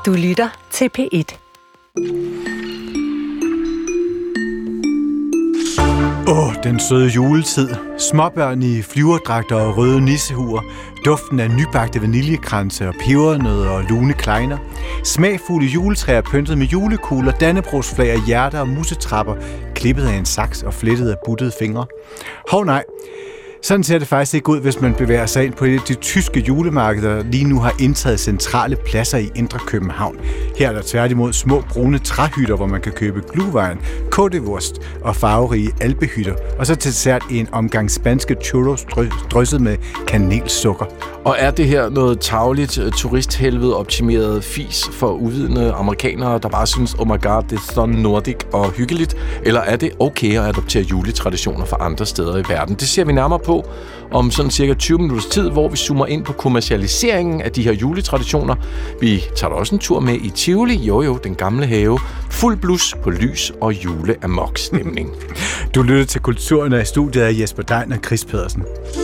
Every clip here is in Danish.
Du lytter til P1. Den søde juletid. Småbørn i flyverdragter og røde nissehuer. Duften af nybagte vaniljekranse og pebernødder og lune klejner. Smagfulde juletræer pyntet med julekugler, dannebrogsflag og hjerter og musetrapper, klippet af en saks og flettet af buttede fingre. Hov nej. Sådan ser det faktisk ikke ud, hvis man bevæger sig ind på et af de tyske julemarkeder, der lige nu har indtaget centrale pladser i Indre København. Her er der tværtimod små brune træhytter, hvor man kan købe glühwein, kådevurst og farverige alpehytter. Og så til dessert en omgang spanske churros drysset med kanelsukker. Og er det her noget tarveligt turisthelvede optimeret fis for uvidende amerikanere, der bare synes, oh my god, det er så nordic og hyggeligt? Eller er det okay at adoptere juletraditioner fra andre steder i verden? Det ser vi nærmere på om sådan cirka 20 minutters tid, hvor vi zoomer ind på kommercialiseringen af de her juletraditioner. Vi tager da også en tur med i Tivoli, den gamle have. Fuld blus på lys og juleamok-stemning. Du lytter til Kulturen af studiet af Jesper Dein og Chris Pedersen.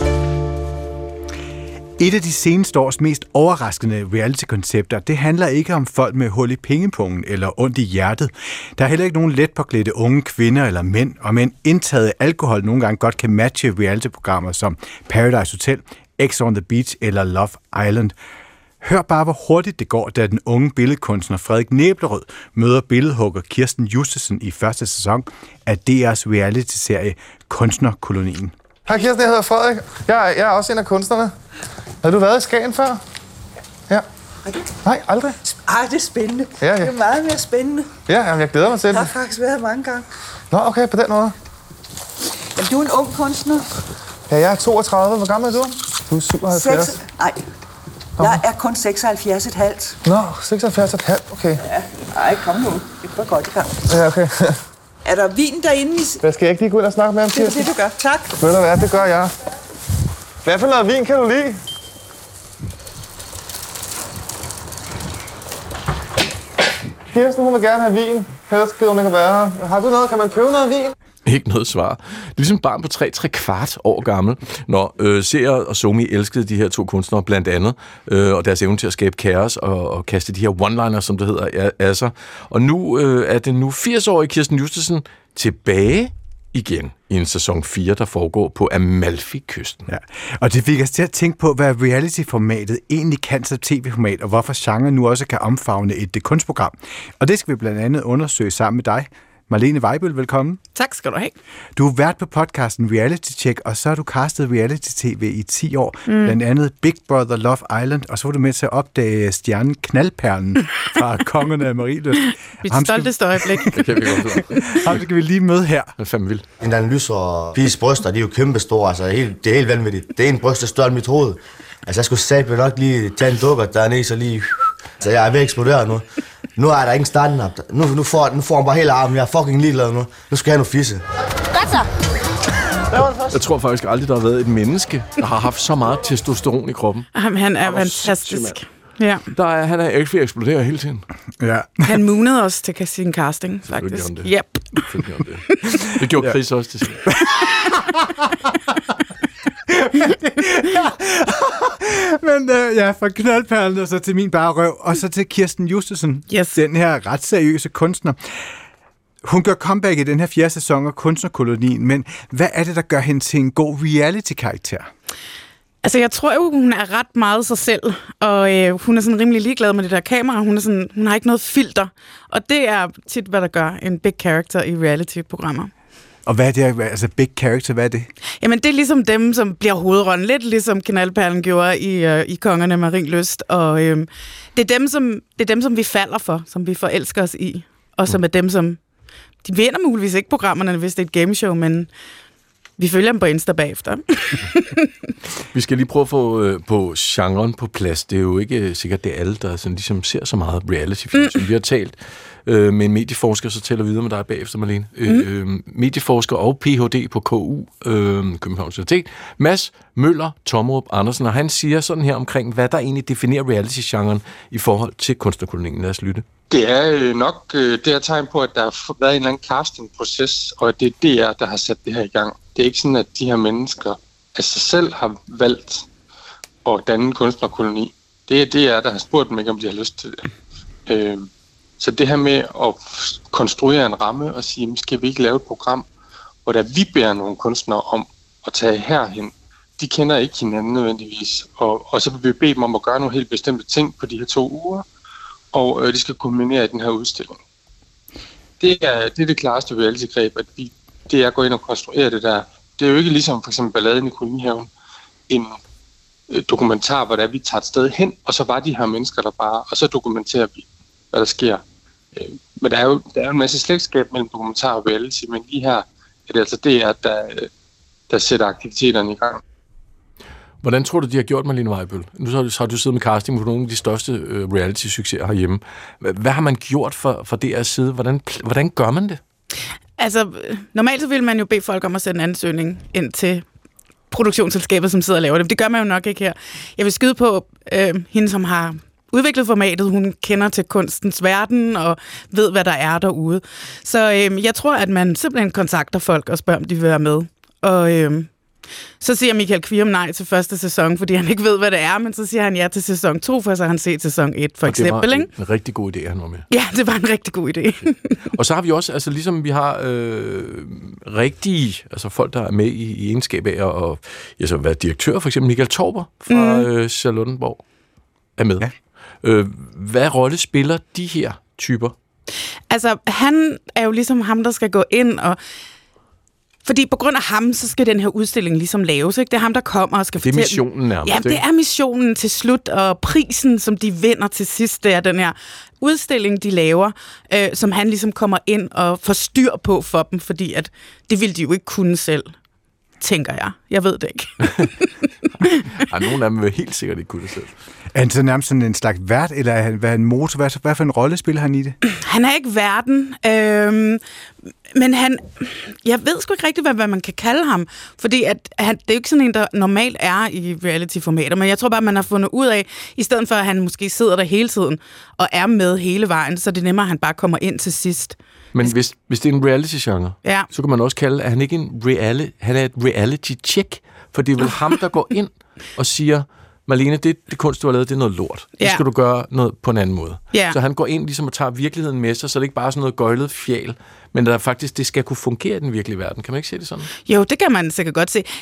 Et af de seneste års mest overraskende reality-koncepter, det handler ikke om folk med hul i pengepungen eller ondt i hjertet. Der er heller ikke nogen letpåklædte unge kvinder eller mænd, og med en indtaget alkohol nogle gange godt kan matche reality-programmer som Paradise Hotel, X on the Beach eller Love Island. Hør bare, hvor hurtigt det går, da den unge billedkunstner Frederik Næblerød møder billedhugger Kirsten Justesen i første sæson af DR's reality-serie Kunstnerkolonien. Hej Kirsten, jeg hedder Frederik. Jeg er også en af kunstnerne. Har du været i Skagen før? Ja. Nej, aldrig. Det er spændende. Ja. Det er meget mere spændende. Ja, jeg glæder mig til det. Jeg har faktisk været mange gange. Nå, okay, på den måde. Jamen, du er en ung kunstner. Ja, jeg er 32. Hvor gammel er du? Du er 77. Nej, jeg er kun 76,5. Nå, 76,5, okay. Ja, kom nu. Det går godt i gang. Ja, okay. Er der vin derinde? Hvad skal jeg ikke lige gå ind og snakke med om, Kirsten? Det er det, du gør. Tak. Ved du hvad, det gør jeg. Hvad for noget vin kan du lide? Kirsten, hun vil gerne have vin. Ellers skal hun ikke være her. Har du noget? Kan man købe noget vin? Ikke noget svar. Ligesom barn på 3-3/4 år gammel, når serier og Somi elskede de her to kunstnere blandt andet, og deres evne til at skabe kaos og kaste de her one-liners, som det hedder, af sig. Og nu er det nu 80-årige Kirsten Justesen tilbage igen i en sæson 4, der foregår på Amalfi-kysten. Ja. Og det fik os til at tænke på, hvad reality-formatet egentlig kan som tv-format, og hvorfor genre nu også kan omfavne et kunstprogram. Og det skal vi blandt andet undersøge sammen med dig. Marlene Weibel, velkommen. Tak skal du have. Du har været på podcasten Reality Check, og så har du castet reality-tv i 10 år. Blandt andet Big Brother Love Island, og så var du med til at opdage stjernen Knaldperlen fra Kongerne af Marielyst. Mit stolteste øjeblik. Ham skal vi lige møde her. Det er fandme vildt. En analyse og piges bryster, de er jo kæmpestore, altså det er helt vanvittigt. Det er en bryst, der er større end mit hoved. Altså jeg skulle satme nok lige tage en dukker dernede, så lige... Så jeg er ved at eksplodere nu. Nu er der ingen stand-up. Nu får han bare hele armen. Jeg er fucking ligeglad nu. Nu skal jeg have noget fisse. Godt så. Jeg tror faktisk aldrig, der har været et menneske, der har haft så meget testosteron i kroppen. Jamen, han er fantastisk. Ja. Han er ikke ved at eksplodere hele tiden. Ja. Han moonede også til sin casting, faktisk. Yep. Det gjorde Chris også til sig. Men fra Knaldperlen og så til min bare røv, og så til Kirsten Justesen, den her ret seriøse kunstner. Hun gør comeback i den her 4. sæson af Kunstnerkolonien, men hvad er det, der gør hende til en god reality-karakter? Altså, jeg tror jo, hun er ret meget sig selv, og hun er sådan rimelig ligeglad med det der kamera. Hun har ikke noget filter, og det er tit, hvad der gør en big character i reality-programmer. Og hvad er det, altså big character, hvad er det? Jamen, det er ligesom dem, som bliver hovedrollen, lidt ligesom Knaldperlen gjorde i Kongerne af Marielyst, og det er dem, som vi falder for, som vi forelsker os i, og som er dem, som... De vinder muligvis ikke programmerne, hvis det er et gameshow, men vi følger dem på Insta bagefter. Vi skal lige prøve at få på genren på plads. Det er jo ikke sikkert, det er alle, der sådan, ligesom ser så meget reality-film, som vi har talt med en medieforsker, så tæller videre med dig bagefter, Marlene. Medieforsker og Ph.D. på KU, Københavns Universitet, Mads Møller Tommerup Andersen, og han siger sådan her omkring, hvad der egentlig definerer reality-genren i forhold til Kunstnerkolonien. Lad os lytte. Det er nok det her tegn på, at der har været en eller anden casting-proces, og at det er DR, der har sat det her i gang. Det er ikke sådan, at de her mennesker af sig selv har valgt at danne en kunstnerkoloni. Det er DR, der har spurgt dem ikke, om de har lyst til det. Så det her med at konstruere en ramme og sige, skal vi ikke lave et program, hvor der vi beder nogle kunstnere om at tage herhen. De kender ikke hinanden nødvendigvis, og så vil vi bede dem om at gøre nogle helt bestemte ting på de her 2 uger, og de skal kombinere i den her udstilling. Det er det klareste reality-greb, at det er at gå ind og konstruere det der. Det er jo ikke ligesom for eksempel Balladen i Kolonihaven, en dokumentar, hvor vi tager et sted hen, og så var de her mennesker der bare, og så dokumenterer vi, hvad der sker. Men der er jo en masse slægtskab mellem dokumentar og reality, men lige her er det altså det, der sætter aktiviteterne i gang. Hvordan tror du, de har gjort, Malene Weibøll? Nu har du siddet med casting på nogle af de største reality-succeser herhjemme. Hvad har man gjort for DR's side? Hvordan gør man det? Altså, normalt så vil man jo bede folk om at sende en ansøgning ind til produktionsselskabet, som sidder og laver det. Det gør man jo nok ikke her. Jeg vil skyde på hende, som har udviklet formatet. Hun kender til kunstens verden og ved, hvad der er derude. Så jeg tror, at man simpelthen kontakter folk og spørger, om de vil være med. Og så siger Michael Kvium nej til første sæson, fordi han ikke ved, hvad det er, men så siger han ja til sæson 2, for så har han set sæson 1, for eksempel. Det var en rigtig god idé, han var med. Ja, det var en rigtig god idé. Og så har vi også, altså ligesom vi har rigtige, altså folk, der er med i egenskab af at være direktør, for eksempel Michael Torber fra Charlottenborg er med. Ja. Hvad rolle spiller de her typer? Altså, han er jo ligesom ham, der skal gå ind og... Fordi på grund af ham, så skal den her udstilling ligesom laves, ikke? Det er ham, der kommer og skal fortælle... Det er missionen nærmest, Ja, det er missionen til slut, og prisen, som de vinder til sidst, det er den her udstilling, de laver, som han ligesom kommer ind og får styr på for dem, fordi at det ville de jo ikke kunne selv, tænker jeg. Jeg ved det ikke. Nogle af dem vil helt sikkert ikke kunne det selv. Er han så nærmest sådan en slags vært, eller er han en motor? Hvad for en rolle spiller han i det? Han er ikke verden, men jeg ved sgu ikke rigtigt, hvad man kan kalde ham, fordi det er jo ikke sådan en, der normalt er i reality-formater, men jeg tror bare, man har fundet ud af, i stedet for at han måske sidder der hele tiden og er med hele vejen, så det er nemmere, at han bare kommer ind til sidst. Men hvis det er en reality-genre, så kan man også kalde, at han ikke han er et reality-check, for det er vel ham, der går ind og siger, Malene, det kunst, du har lavet, det er noget lort. Det skal du gøre noget på en anden måde. Så han går ind ligesom og tager virkeligheden med sig, så det ikke bare er sådan noget gøjlet fjal, men der faktisk, det skal kunne fungere i den virkelige verden. Kan man ikke se det sådan? Jo, det kan man sikkert godt se.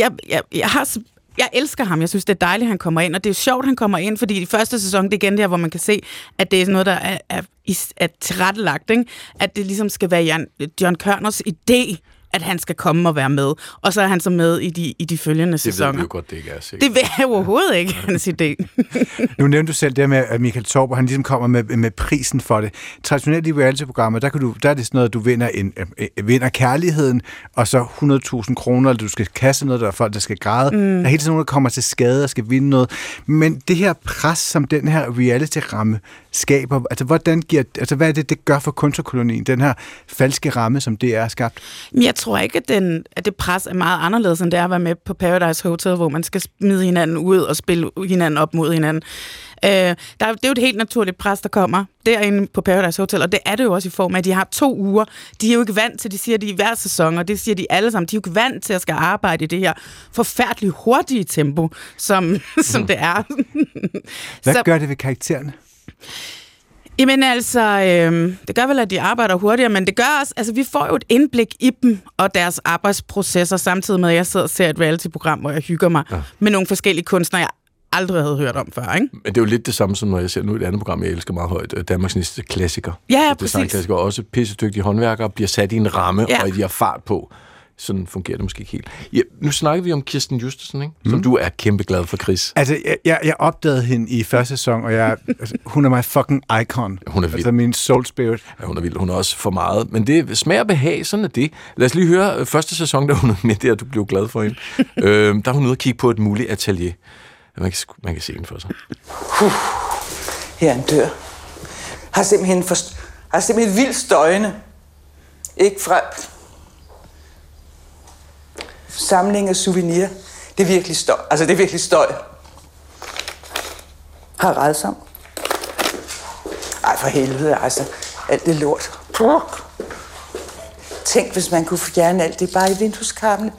Jeg elsker ham. Jeg synes, det er dejligt, han kommer ind. Og det er jo sjovt, han kommer ind, fordi i første sæson, det er igen der, hvor man kan se, at det er noget, der er tilrettelagt. Ikke? At det ligesom skal være John Kørners idé, at han skal komme og være med. Og så er han så med i de følgende sæsoner. Det ved vi jo godt, det ikke er sikkert. Det ved jeg overhovedet ikke, hans idé. Nu nævnte du selv det med, at Michael Torber, han ligesom kommer med prisen for det. Traditionelt i reality-programmer, der er det sådan noget, du vinder kærligheden, og så 100.000 kroner, eller du skal kaste noget, der er folk, der skal græde. Der er hele tiden nogen, der kommer til skade og skal vinde noget. Men det her pres, som den her reality-ramme skaber, altså hvad er det gør for kunstnerkolonien, den her falske ramme, som det er skabt? Jeg tror ikke, at det pres er meget anderledes, end det er at være med på Paradise Hotel, hvor man skal smide hinanden ud og spille hinanden op mod hinanden. Det er jo et helt naturligt pres, der kommer derinde på Paradise Hotel, og det er det jo også i form af, at de har 2 uger. De er jo ikke vant til, de siger de i hver sæson, og det siger de alle sammen, de er jo ikke vant til at skal arbejde i det her forfærdeligt hurtige tempo, som det er. Hvad gør det ved karaktererne? Jamen altså, det gør vel, at de arbejder hurtigere, men det gør også, altså vi får jo et indblik i dem og deres arbejdsprocesser, samtidig med, at jeg sidder og ser et reality-program, hvor jeg hygger mig med nogle forskellige kunstnere, jeg aldrig havde hørt om før, ikke? Men det er jo lidt det samme, som når jeg ser nu et andet program, jeg elsker meget højt, Danmarks næste klassiker. Ja, præcis. Designklassiker, også pissedygtige håndværkere, bliver sat i en ramme, og de har fart på. Sådan fungerer det måske ikke helt. Ja, nu snakker vi om Kirsten Justesen, ikke? Som du er kæmpe glad for, Chris. Altså, jeg opdagede hende i første sæson, og hun er my fucking icon. Hun er vild. Altså min soul spirit. Ja, hun er vild. Hun er også for meget. Men det smager behag, sådan er det. Lad os lige høre første sæson, der hun er med der, du blev glad for hende. Der er hun ude og kigge på et muligt atelier. Man kan se den for sig. Her er en dør. Har simpelthen vildt støjende. Ikke fra... Samling af souvenirer. Det er virkelig støj. Altså, det er virkelig støj. Har rædsom. Ej, for helvede, altså. Alt det lort. Tænk, hvis man kunne fjerne alt det bare i vindueskarmene.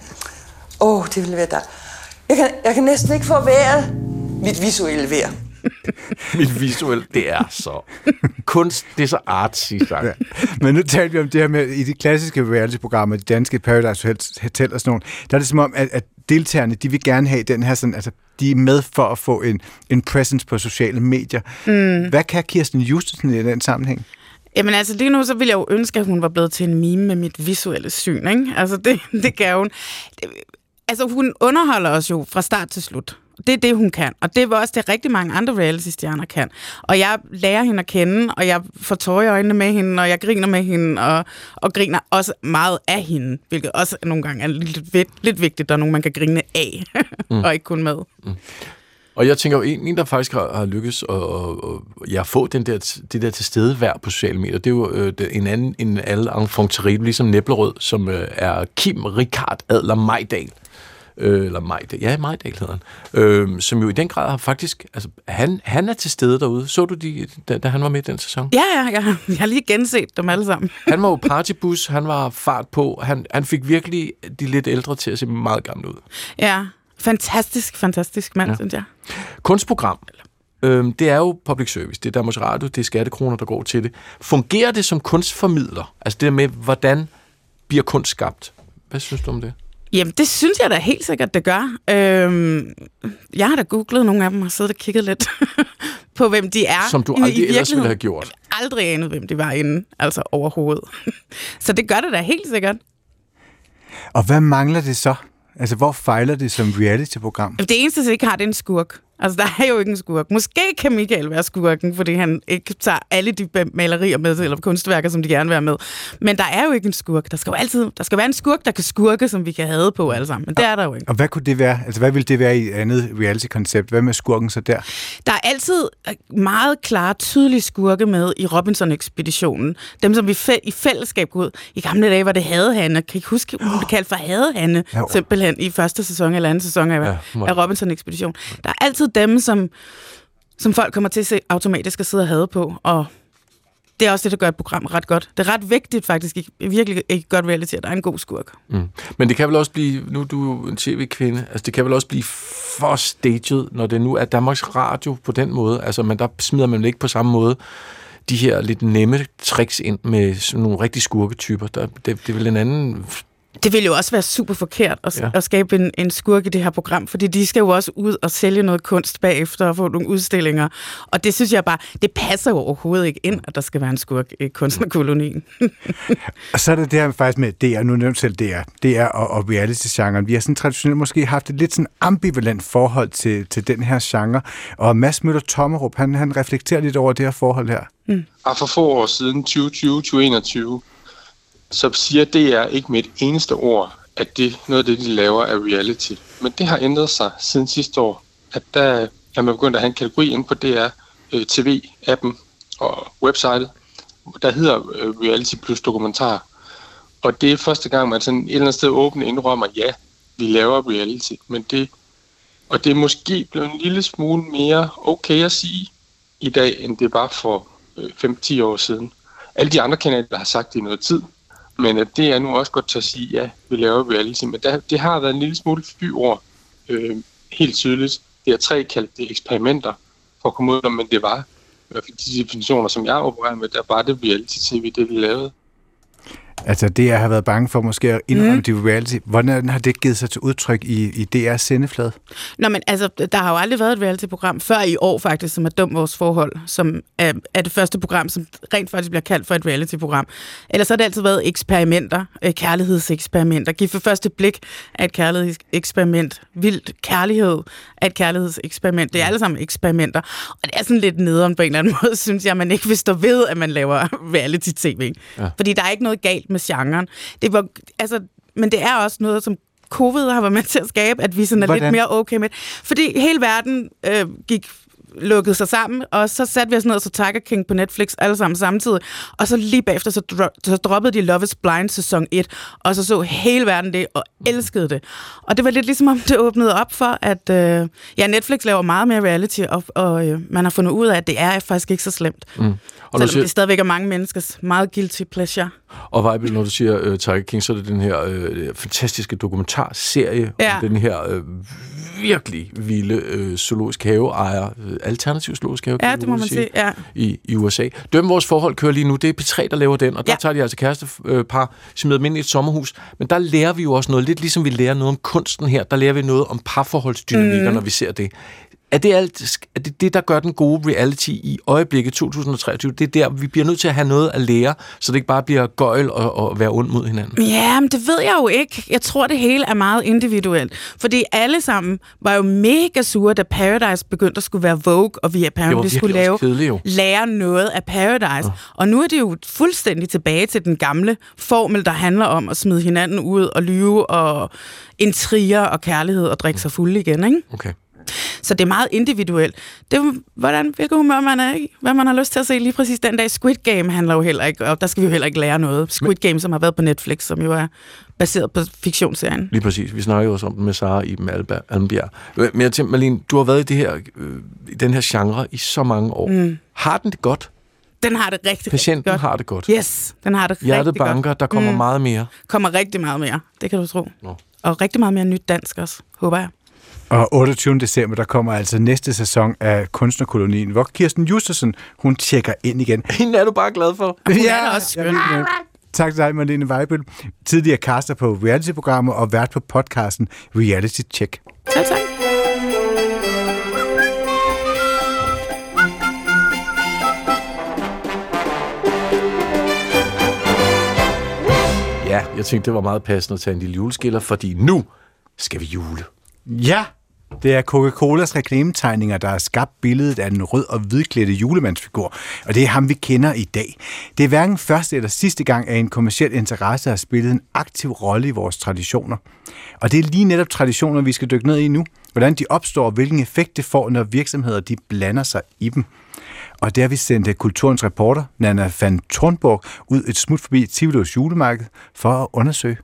Det ville være der. Jeg kan næsten ikke få vejret. Mit visuelle vejr. Mit visuelle, det er så kunst, det er så artsy sagt. Ja. Men nu talte vi om det her med, i de klassiske reality-programmer, de danske Paradise Hotel og sådan nogle, der er det som om, at deltagerne, de vil gerne have den her sådan, altså, de er med for at få en presence på sociale medier. Hvad kan Kirsten Justesen i den sammenhæng? Jamen altså, lige nu så ville jeg jo ønske, at hun var blevet til en meme med mit visuelle syn, ikke? Altså, det kan hun. Altså, hun underholder os jo fra start til slut. Det er det, hun kan. Og det var også det, rigtig mange andre reality-stjerner kan. Og jeg lærer hende at kende, og jeg får tårer i øjnene med hende, og jeg griner med hende, og griner også meget af hende, hvilket også nogle gange er lidt vigtigt, der er nogen, man kan grine af, og ikke kun med. Og jeg tænker jo, en der faktisk har lykkes at få det der tilstedeværd på sociale medier, det er jo en alle enfant terrible, ligesom Næblerød, som er Kim Richard Adler Mejdal. Eller Mejdal, ja, Mejdal hedder han, som jo i den grad har faktisk, altså han er til stede derude. Så du da han var med i den sæson? Ja, jeg har lige genset dem alle sammen. Han var jo partybus, han var fart på, han fik virkelig de lidt ældre til at se meget gamle ud. Ja, fantastisk mand, synes jeg. Kunstprogram, det er jo public service, det er Danmarks Radio, det er skattekroner, der går til det. Fungerer det som kunstformidler? Altså det der med, hvordan bliver kunst skabt? Hvad synes du om det? Jamen, det synes jeg da helt sikkert, det gør. Jeg har da googlet nogle af dem og siddet og kigget lidt på, hvem de er. Som du aldrig ellers ville have gjort. Aldrig anet, hvem de var inde, altså overhovedet. Så det gør det da helt sikkert. Og hvad mangler det så? Altså, hvor fejler det som reality-program? Det eneste, der ikke har, det er en skurk. Altså, der er jo ikke en skurk. Måske kan Michael være skurken, fordi han ikke tager alle de malerier med, eller kunstværker, som de gerne vil være med. Men der er jo ikke en skurk. Der skal være en skurk, der kan skurke, som vi kan have på alle sammen. Men det er der jo ikke. Og hvad kunne det være? Altså, hvad ville det være i et andet reality-koncept? Hvad med skurken så der? Der er altid meget klare, tydelige skurke med i Robinson-ekspeditionen. Dem, som vi i fællesskab går ud. I gamle dage var det Hadehanne. Kan I huske, hun blev kaldt for Hadehanne? Ja, simpelthen i første sæson eller anden sæson af Robinson-ekspeditionen. Der er altid dem, som folk kommer til at se automatisk at sidde og hade på, og det er også det, der gør et program ret godt. Det er ret vigtigt faktisk, virkelig ikke godt reality, at der er en god skurk. Men det kan vel også blive, nu er du en tv-kvinde, altså det kan vel også blive for staged, når det nu er Danmarks Radio på den måde, altså men der smider man ikke på samme måde de her lidt nemme tricks ind med sådan nogle rigtig skurketyper. Det er vel en anden... Det vil jo også være super forkert at skabe en skurk i det her program, fordi de skal jo også ud og sælge noget kunst bagefter og få nogle udstillinger. Og det synes jeg bare, det passer jo overhovedet ikke ind, at der skal være en skurk i kunstnerkolonien. Og så er det her faktisk med DR, nu nævnt selv DR og reality-genren. Vi har sådan traditionelt måske haft et lidt sådan ambivalent forhold til den her genre. Og Mads Møller Tommerup, han reflekterer lidt over det her forhold her. For få år siden, 2020-2021, så siger DR ikke med et eneste ord, at det noget af det, de laver, er reality. Men det har ændret sig siden sidste år, at der er man begyndt at have en kategori inde på DR TV-appen og websitet, der hedder Reality plus dokumentar. Og det er første gang, man sådan et eller andet sted åbent indrømmer, ja, vi laver reality. Men det er måske blevet en lille smule mere okay at sige i dag, end det var for 5-10 år siden. Alle de andre kanaler har sagt det i noget tid, men at det er nu også godt til at sige, ja, vi laver reality. Men det har været en lille smule fyord, helt tydeligt. Det er 3 kaldt det eksperimenter for at komme ud af, men det var i hvert fald de definitioner, som jeg opererer med, der var det reality-tv, det vi lavede. Altså det, jeg har været bange for måske at indrømme de reality. Hvordan har det givet sig til udtryk i DR's sendeflade? Nå, men altså, der har jo aldrig været et reality-program før i år faktisk, som er Dum Vores Forhold, som er det første program, som rent faktisk bliver kaldt for et reality-program. Ellers har det altid været eksperimenter, kærlighedseksperimenter. Giv for første blik af et kærlighedseksperiment. Vild kærlighed af et kærlighedseksperiment. Det er alle sammen eksperimenter. Og det er sådan lidt nederen på en eller anden måde, synes jeg, man ikke vil stå ved, at man laver reality-tv. Ja. Fordi der er ikke noget galt med genren. Men det er også noget, som covid har været med til at skabe, at vi sådan er lidt mere okay med. Fordi hele verden lukkede sig sammen, og så satte vi os ned og så Tiger King på Netflix alle sammen samtidig, og så lige bagefter så droppede de Love is Blind sæson 1, og så hele verden det, og elskede det. Og det var lidt ligesom om det åbnede op for, at Netflix laver meget mere reality, og man har fundet ud af, at det er faktisk ikke så slemt. Og selvom det stadigvæk er mange menneskers meget guilty pleasure. Og Vejbel, når du siger Tiger King, så er det den her fantastiske dokumentarserie om den her virkelig vilde zoologisk haveejer, alternativ zoologisk have, Ja, det må man sige, ja. I USA. Døm vores forhold kører lige nu, det er P3, der laver den, og der tager de altså kærestepar, smider dem ind i et sommerhus, men der lærer vi jo også noget, lidt ligesom vi lærer noget om kunsten her, der lærer vi noget om parforholdsdynamikker, når vi ser det. Er det det, der gør den gode reality i øjeblikket 2023? Det er der, vi bliver nødt til at have noget at lære, så det ikke bare bliver gøjl og være ond mod hinanden. Ja, men det ved jeg jo ikke. Jeg tror, det hele er meget individuelt. Fordi alle sammen var jo mega sure, da Paradise begyndte at skulle være Vogue, og vi apparently skulle lære noget af Paradise. Ja. Og nu er det jo fuldstændig tilbage til den gamle formel, der handler om at smide hinanden ud og lyve og intriger og kærlighed og drikke sig fuld igen, ikke? Okay. Så det er meget individuelt. Det er hvilket humør man er i, hvad man har lyst til at se lige præcis den dag. Squid Game handler jo heller ikke, og der skal vi jo heller ikke lære noget. Squid Game, som har været på Netflix, som jo er baseret på fiktionsserien. Lige præcis. Vi snakker jo også om den med Sara Iben Almbjerg. Men jeg tænker, Malene, du har været i den her genre i så mange år. Har den det godt? Den har det rigtig Patienten godt. har det godt. Yes, den har det rigtig Hjertet banker, godt. Der kommer meget mere. Kommer rigtig meget mere, det kan du tro. Og rigtig meget mere nyt dansk også, håber jeg. Og 28. december, der kommer altså næste sæson af Kunstnerkolonien, hvor Kirsten Justesen, hun tjekker ind igen. Hende er du bare glad for. Hun er også skøn. Tak til dig, Marlene Weibel. Tidligere caster på reality-programmer og vært på podcasten Reality Check. Selv tak. Ja, jeg tænkte, det var meget passende at tage en lille juleskiller, fordi nu skal vi jule. Ja, det er Coca-Colas reklametegninger, der har skabt billedet af den rød- og hvidklædte julemandsfigur, og det er ham, vi kender i dag. Det er hverken første eller sidste gang, at en kommerciel interesse har spillet en aktiv rolle i vores traditioner. Og det er lige netop traditioner, vi skal dykke ned i nu. Hvordan de opstår, og hvilken effekt det får, når virksomheder de blander sig i dem. Og der har vi sendt kulturens reporter, Nana van Tornborg, ud et smut forbi Tivolis julemarked for at undersøge.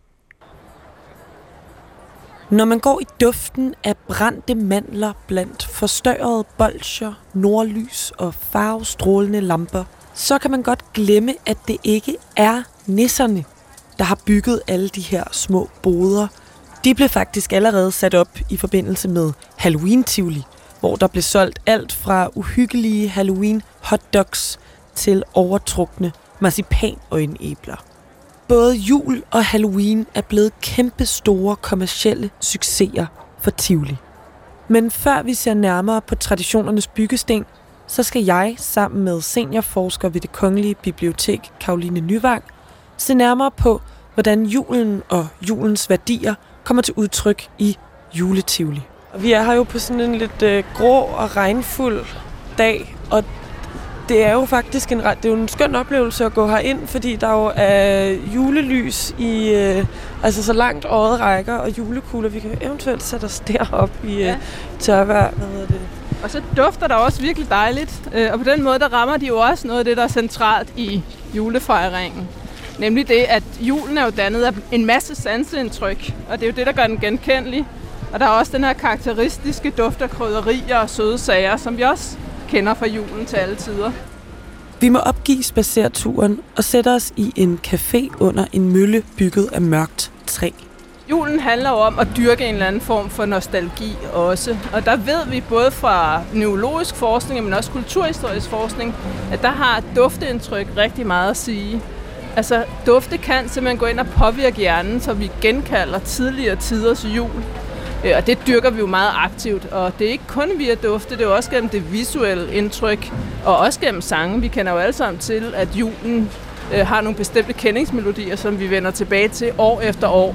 Når man går i duften af brændte mandler blandt forstørrede bolsjer, nordlys og farvestrålende lamper, så kan man godt glemme, at det ikke er nisserne, der har bygget alle de her små boder. De blev faktisk allerede sat op i forbindelse med Halloween-tivoli, hvor der blev solgt alt fra uhyggelige Halloween-hotdogs til overtrukne marcipanøjenæbler. Både jul og Halloween er blevet kæmpe store kommercielle succeser for Tivoli. Men før vi ser nærmere på traditionernes byggesten, så skal jeg sammen med seniorforsker ved Det Kongelige Bibliotek, Caroline Nyvang, se nærmere på, hvordan julen og julens værdier kommer til udtryk i juletivoli. Vi er her jo på sådan en lidt grå og regnfuld dag, og det er jo faktisk det er jo en skøn oplevelse at gå herind, fordi der jo er julelys i altså så langt øjet rækker, og julekugler. Vi kan eventuelt sætte os derop i tørvejr. Og så dufter der også virkelig dejligt, og på den måde der rammer de jo også noget af det, der er centralt i julefejringen. Nemlig det, at julen er jo dannet af en masse sanseindtryk, og det er jo det, der gør den genkendelig. Og der er også den her karakteristiske duft af krydderier og søde sager, som vi også kender fra julen til alle tider. Vi må opgive spadserturen og sætte os i en café under en mølle bygget af mørkt træ. Julen handler jo om at dyrke en eller anden form for nostalgi også. Og der ved vi både fra neurologisk forskning, men også kulturhistorisk forskning, at der har dufteindtryk rigtig meget at sige. Altså, dufte kan simpelthen gå ind og påvirke hjernen, så vi genkalder tidligere tiders jul. Og det dyrker vi jo meget aktivt, og det er ikke kun via dufte, det er jo også gennem det visuelle indtryk, og også gennem sange. Vi kender jo alle sammen til, at julen har nogle bestemte kendingsmelodier, som vi vender tilbage til år efter år.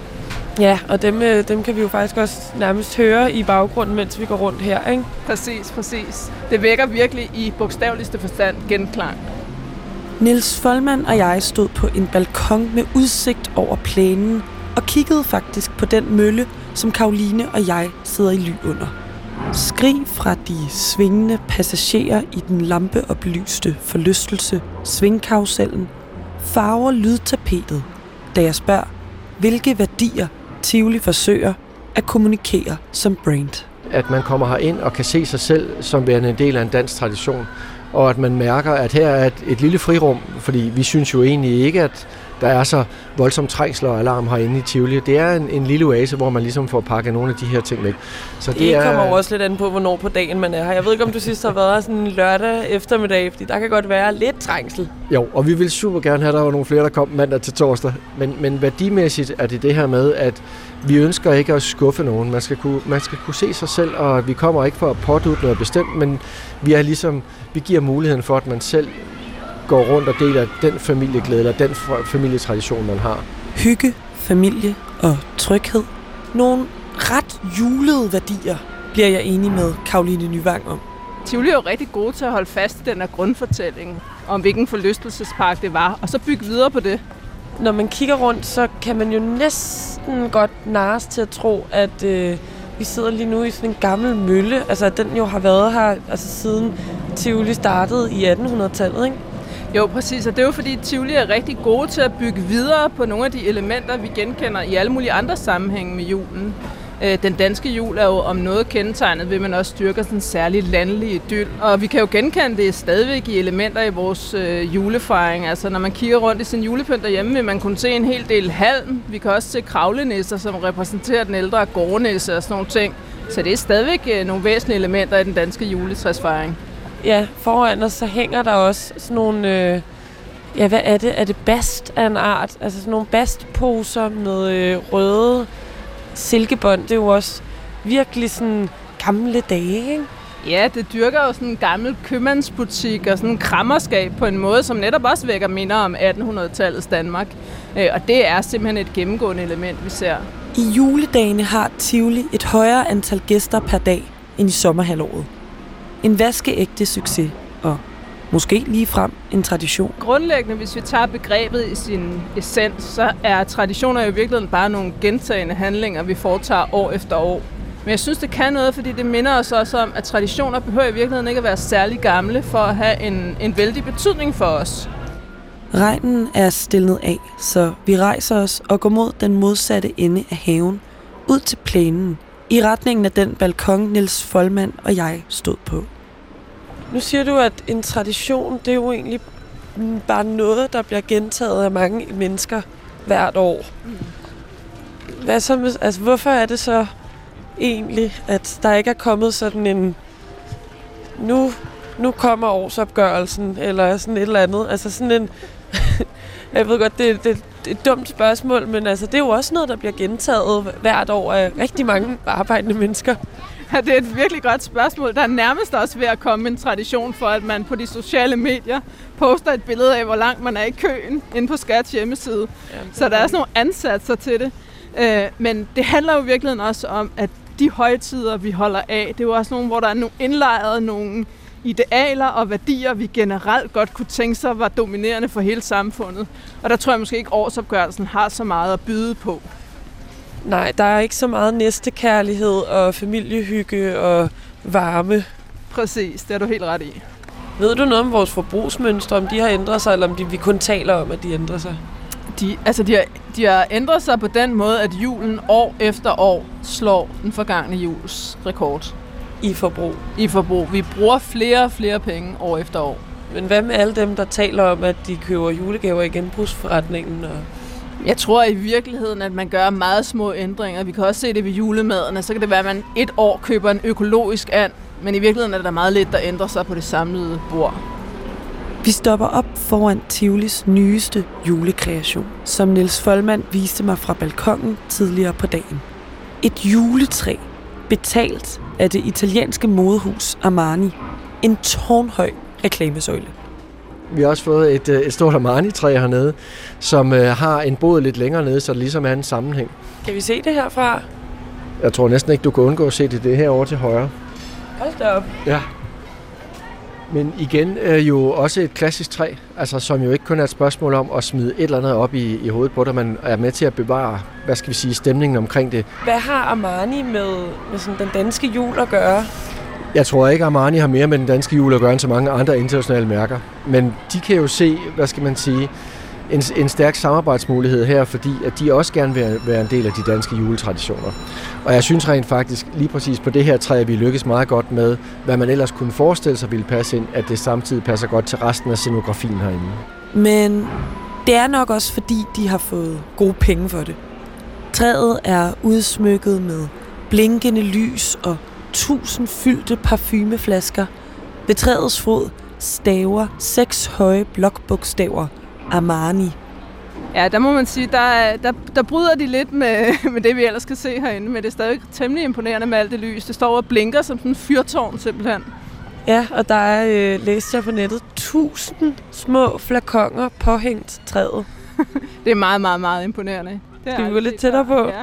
Ja, og dem kan vi jo faktisk også nærmest høre i baggrunden, mens vi går rundt her, ikke? Præcis. Det vækker virkelig i bogstaveligste forstand genklang. Niels Folman og jeg stod på en balkon med udsigt over plænen og kiggede faktisk på den mølle, som Caroline og jeg sidder i ly under. Skrig fra de svingende passagerer i den lampeoplyste forlystelse, svingkarusellen, farver lydtapetet, da jeg spørger, hvilke værdier Tivoli forsøger at kommunikere som brand. At man kommer her ind og kan se sig selv som værende en del af en dansk tradition, og at man mærker, at her er et lille frirum, fordi vi synes jo egentlig ikke, der er så voldsomt trængsler og alarm herinde i Tivoli. Det er en lille oase, hvor man ligesom får pakket nogle af de her ting væk. Så det kommer jo også lidt an på, hvornår på dagen man er her. Jeg ved ikke, om du sidst har været her sådan en lørdag eftermiddag, fordi der kan godt være lidt trængsel. Jo, og vi vil super gerne have, at der var nogle flere, der kom mandag til torsdag. Men værdimæssigt er det her med, at vi ønsker ikke at skuffe nogen. Man skal kunne se sig selv, og vi kommer ikke for at pådutte noget bestemt, men vi giver muligheden for, at man selv går rundt og deler den familieglæde, eller den familietradition, man har. Hygge, familie og tryghed. Nogle ret julede værdier, bliver jeg enig med Caroline Nyvang om. Tivoli er jo rigtig gode til at holde fast i den her grundfortælling, om hvilken forlystelsespark det var, og så bygge videre på det. Når man kigger rundt, så kan man jo næsten godt narres til at tro, at vi sidder lige nu i sådan en gammel mølle. Altså, den jo har været her siden Tivoli startede i 1800-tallet, ikke? Jo, præcis. Og det er jo fordi, Tivoli er rigtig gode til at bygge videre på nogle af de elementer, vi genkender i alle mulige andre sammenhænge med julen. Den danske jul er jo om noget kendetegnet ved, at man også styrker sådan en særlig landlig idyl. Og vi kan jo genkende det stadigvæk i elementer i vores julefejring. Altså når man kigger rundt i sin julepynt derhjemme, vil man kunne se en hel del halm. Vi kan også se kravlenisser, som repræsenterer den ældre gårdnisse og sådan nogle ting. Så det er stadigvæk nogle væsentlige elementer i den danske juletræsfejring. Ja, foran os så hænger der også sådan nogle... hvad er det? Er det bast af en art? Altså sådan nogle bastposer med røde silkebånd. Det er jo også virkelig sådan gamle dage, ikke? Ja, det dyrker jo sådan en gammel købmandsbutik og sådan en krammerskab på en måde, som netop også vækker minder om 1800-tallets Danmark. Og det er simpelthen et gennemgående element, vi ser. I juledagene har Tivoli et højere antal gæster per dag end i sommerhalvåret. En vaskeægte succes, og måske ligefrem en tradition. Grundlæggende, hvis vi tager begrebet i sin essens, så er traditioner jo i virkeligheden bare nogle gentagende handlinger, vi foretager år efter år. Men jeg synes, det kan noget, fordi det minder os også om, at traditioner behøver i virkeligheden ikke at være særlig gamle for at have en vældig betydning for os. Regnen er stilnet af, så vi rejser os og går mod den modsatte ende af haven, ud til plænen, i retningen af den balkon, Niels Folman og jeg stod på. Nu siger du, at en tradition, det er jo egentlig bare noget, der bliver gentaget af mange mennesker hvert år. Hvad så, altså, hvorfor er det så egentlig, at der ikke er kommet sådan en... Nu kommer årsopgørelsen, eller sådan et eller andet. Altså sådan en... Jeg ved godt, det er et dumt spørgsmål, men altså, det er jo også noget, der bliver gentaget hvert år af rigtig mange arbejdende mennesker. Ja, det er et virkelig godt spørgsmål. Der er nærmest også ved at komme en tradition for, at man på de sociale medier poster et billede af, hvor langt man er i køen inde på Skats hjemmeside. Jamen, så der er sådan nogle ansatser til det. Men det handler jo i virkeligheden også om, at de højtider, vi holder af, det er jo også nogle, hvor der er indlejret nogle idealer og værdier, vi generelt godt kunne tænke sig var dominerende for hele samfundet. Og der tror jeg måske ikke, årsopgørelsen har så meget at byde på. Nej, der er ikke så meget næstekærlighed og familiehygge og varme. Præcis, det er du helt ret i. Ved du noget om vores forbrugsmønstre, om de har ændret sig, eller om vi kun taler om, at de ændrer sig? De har ændret sig på den måde, at julen år efter år slår den forgangne jules rekord. I forbrug? I forbrug. Vi bruger flere og flere penge år efter år. Men hvad med alle dem, der taler om, at de køber julegaver i genbrugsforretningen? Jeg tror i virkeligheden, at man gør meget små ændringer. Vi kan også se det ved julemaderne. Så kan det være, at man et år køber en økologisk and, men i virkeligheden er der meget lidt, der ændrer sig på det samlede bord. Vi stopper op foran Tivolis nyeste julekreation, som Niels Folman viste mig fra balkongen tidligere på dagen. Et juletræ, betalt af det italienske modehus Armani. En tårnhøj reklamesøjle. Vi har også fået et stort Armani-træ hernede, som har en bod lidt længere nede, så det ligesom er en sammenhæng. Kan vi se det herfra? Jeg tror næsten ikke, du kan undgå at se det. Det er herovre til højre. Hold da op. Ja. Men igen jo også et klassisk træ, altså som jo ikke kun er et spørgsmål om at smide et eller andet op i hovedet på dig, man er med til at bevare, hvad skal vi sige, stemningen omkring det. Hvad har Armani med sådan den danske jul at gøre? Jeg tror ikke, Armani har mere med den danske jul at gøre end så mange andre internationale mærker. Men de kan jo se, hvad skal man sige, en stærk samarbejdsmulighed her, fordi at de også gerne vil være en del af de danske juletraditioner. Og jeg synes rent faktisk, lige præcis på det her træ, vi lykkes meget godt med, hvad man ellers kunne forestille sig ville passe ind, at det samtidig passer godt til resten af scenografien herinde. Men Det er nok også, fordi de har fået gode penge for det. Træet er udsmykket med blinkende lys og 1000 fyldte parfumeflasker. Ved træets fod staver 6 høje blokbogstaver Armani. Ja, der må man sige, der bryder de lidt med det, vi ellers kan se herinde, men det er stadig temmelig imponerende med alt det lys. Det står og blinker som sådan en fyrtårn simpelthen. Ja, og der er, læste jeg på nettet, 1000 små flakoner påhængt træet. Det er meget, meget, meget imponerende. Skal vi gå lidt tættere på? Ja.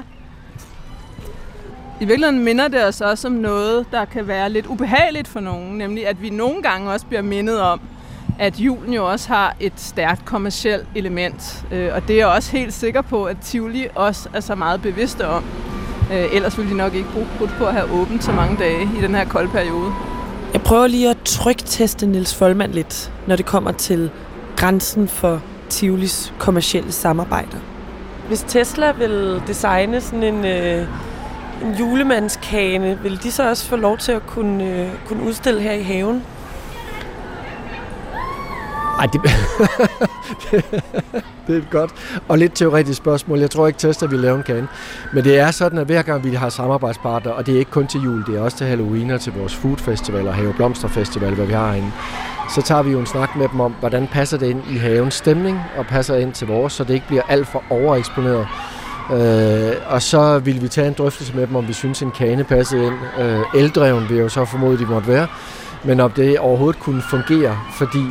I virkeligheden minder det os også om noget, der kan være lidt ubehageligt for nogen, nemlig at vi nogle gange også bliver mindet om, at julen jo også har et stærkt kommercielt element. Og det er jeg også helt sikker på, at Tivoli også er så meget bevidste om. Ellers ville de nok ikke bruge krudt på at have åbent så mange dage i den her kolde periode. Jeg prøver lige at trykteste Niels Folman lidt, når det kommer til grænsen for Tivolis kommercielle samarbejder. Hvis Tesla vil designe sådan en julemandskane, vil de så også få lov til at kunne udstille her i haven? Ej, det er et godt og lidt teoretisk spørgsmål. Jeg tror ikke, Tesla vil lave en kane. Men det er sådan, at hver gang vi har samarbejdspartnere, og det er ikke kun til jul, det er også til Halloween og til vores foodfestival og Have Blomsterfestival, hvad vi har herinde, så tager vi jo en snak med dem om, hvordan passer det ind i havens stemning og passer ind til vores, så det ikke bliver alt for overeksponeret. Og så vil vi tage en drøftelse med dem, om vi synes, en kane passede ind. Eldreven vil jo så formode, de måtte være, men om det overhovedet kunne fungere, fordi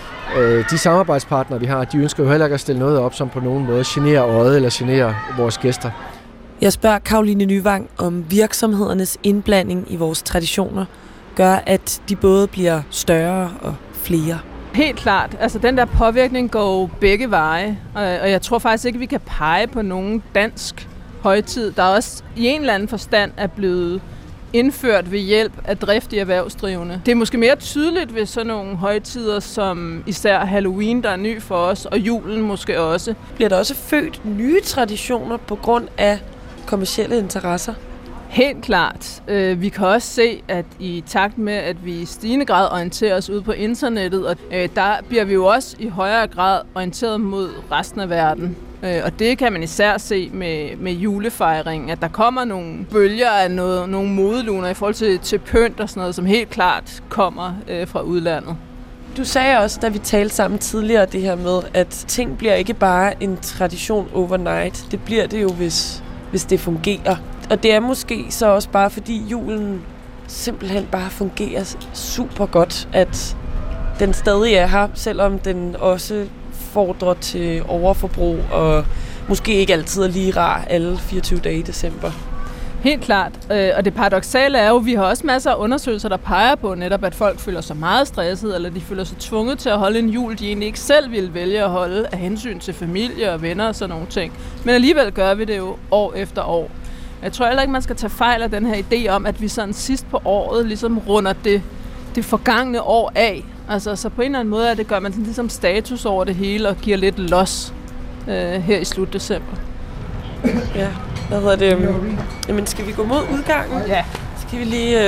de samarbejdspartnere, vi har, de ønsker jo heller ikke at stille noget op, som på nogen måde generer øjet eller generer vores gæster. Jeg spørger Caroline Nyvang, om virksomhedernes indblanding i vores traditioner gør, at de både bliver større og flere. Helt klart. Altså, den der påvirkning går begge veje, og jeg tror faktisk ikke, vi kan pege på nogen dansk højtid, der også i en eller anden forstand er blevet indført ved hjælp af driftige erhvervsdrivende. Det er måske mere tydeligt ved sådan nogle højtider som især Halloween, der er ny for os, og julen måske også. Bliver der også født nye traditioner på grund af kommercielle interesser? Helt klart. Vi kan også se, at i takt med, at vi i stigende grad orienterer os ud på internettet, og der bliver vi jo også i højere grad orienteret mod resten af verden. Og det kan man især se med julefejringen, at der kommer nogle bølger af nogle modeluner i forhold til pynt og sådan noget, som helt klart kommer fra udlandet. Du sagde også, da vi talte sammen tidligere, det her med, at ting bliver ikke bare en tradition overnight. Det bliver det jo, hvis det fungerer. Og det er måske så også bare, fordi julen simpelthen bare fungerer super godt, at den stadig er her, selvom den også fordrer til overforbrug, og måske ikke altid er lige rar alle 24 dage i december. Helt klart. Og det paradoksale er jo, at vi har også masser af undersøgelser, der peger på netop, at folk føler sig meget stresset, eller de føler sig tvunget til at holde en jul, de egentlig ikke selv ville vælge at holde af hensyn til familie og venner og sådan nogle ting. Men alligevel gør vi det jo år efter år. Jeg tror heller ikke, man skal tage fejl af den her idé om, at vi sådan sidst på året ligesom runder det forgangne år af. Altså, så på en eller anden måde gør man sådan ligesom status over det hele og giver lidt los her i slut december. Ja, hvad hedder det? Jamen, skal vi gå mod udgangen? Ja. Skal vi lige...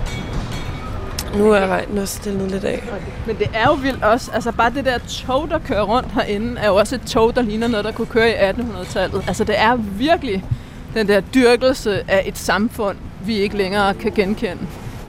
Nu er regnen også stillet lidt af. Men det er jo vildt også. Altså, bare det der tog, der kører rundt herinde, er jo også et tog, der ligner noget, der kunne køre i 1800-tallet. Altså, det er virkelig den der dyrkelse af et samfund, vi ikke længere kan genkende.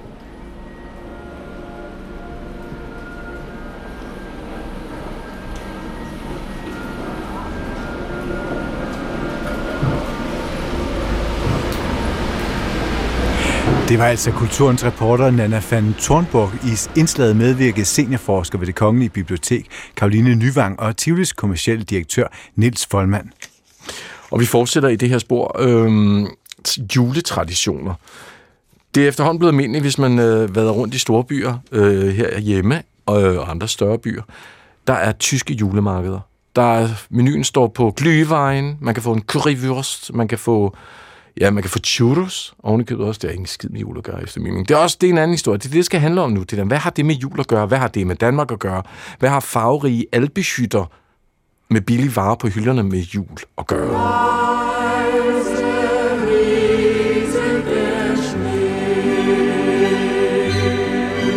Det var altså kulturens reporter Nanna van Thornburg i indslaget medvirkede seniorforsker ved Det Kongelige Bibliotek, Caroline Nyvang og Tivolis kommercielle direktør Niels Folman. Og vi fortsætter i det her spor juletraditioner. Det er efterhånden blevet almindeligt, hvis man vader rundt i store byer herhjemme og andre større byer. Der er tyske julemarkeder. Menuen står på glühwein, man kan få en currywurst, man kan få churros, ovenikøbet også. Det er ingen skid med jul at gøre, efter min mening. Det er en anden historie. Det skal handle om nu. Det er, hvad har det med jul at gøre? Hvad har det med Danmark at gøre? Hvad har farverige alpehytter med billige varer på hylderne med jul at gøre?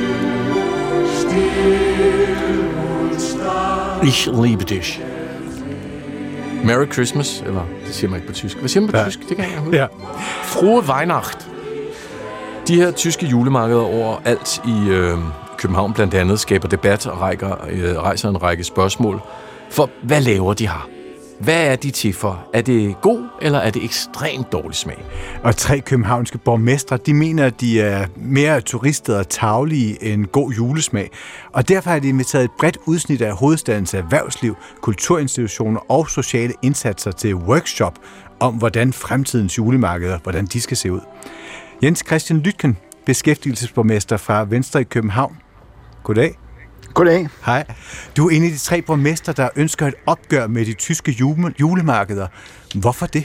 Ich liebe dich. Merry Christmas, eller det siger man ikke på tysk. Hvad siger man på tysk? Det kan jeg ikke huske. Ja. Frohe Weihnacht. De her tyske julemarkeder overalt i København blandt andet skaber debat og rejser en række spørgsmål. For hvad laver de her? Hvad er de til for? Er det god, eller er det ekstremt dårlig smag? Og 3 københavnske borgmestre, de mener, at de er mere turistede og tarvelige end god julesmag. Og derfor har de inviteret et bredt udsnit af hovedstadens erhvervsliv, kulturinstitutioner og sociale indsatser til workshop om, hvordan fremtidens julemarkeder, hvordan de skal se ud. Jens Christian Lytken, beskæftigelsesborgmester fra Venstre i København. Goddag. Goddag. Hej. Du er en af de 3 borgmester, der ønsker et opgør med de tyske julemarkeder. Hvorfor det?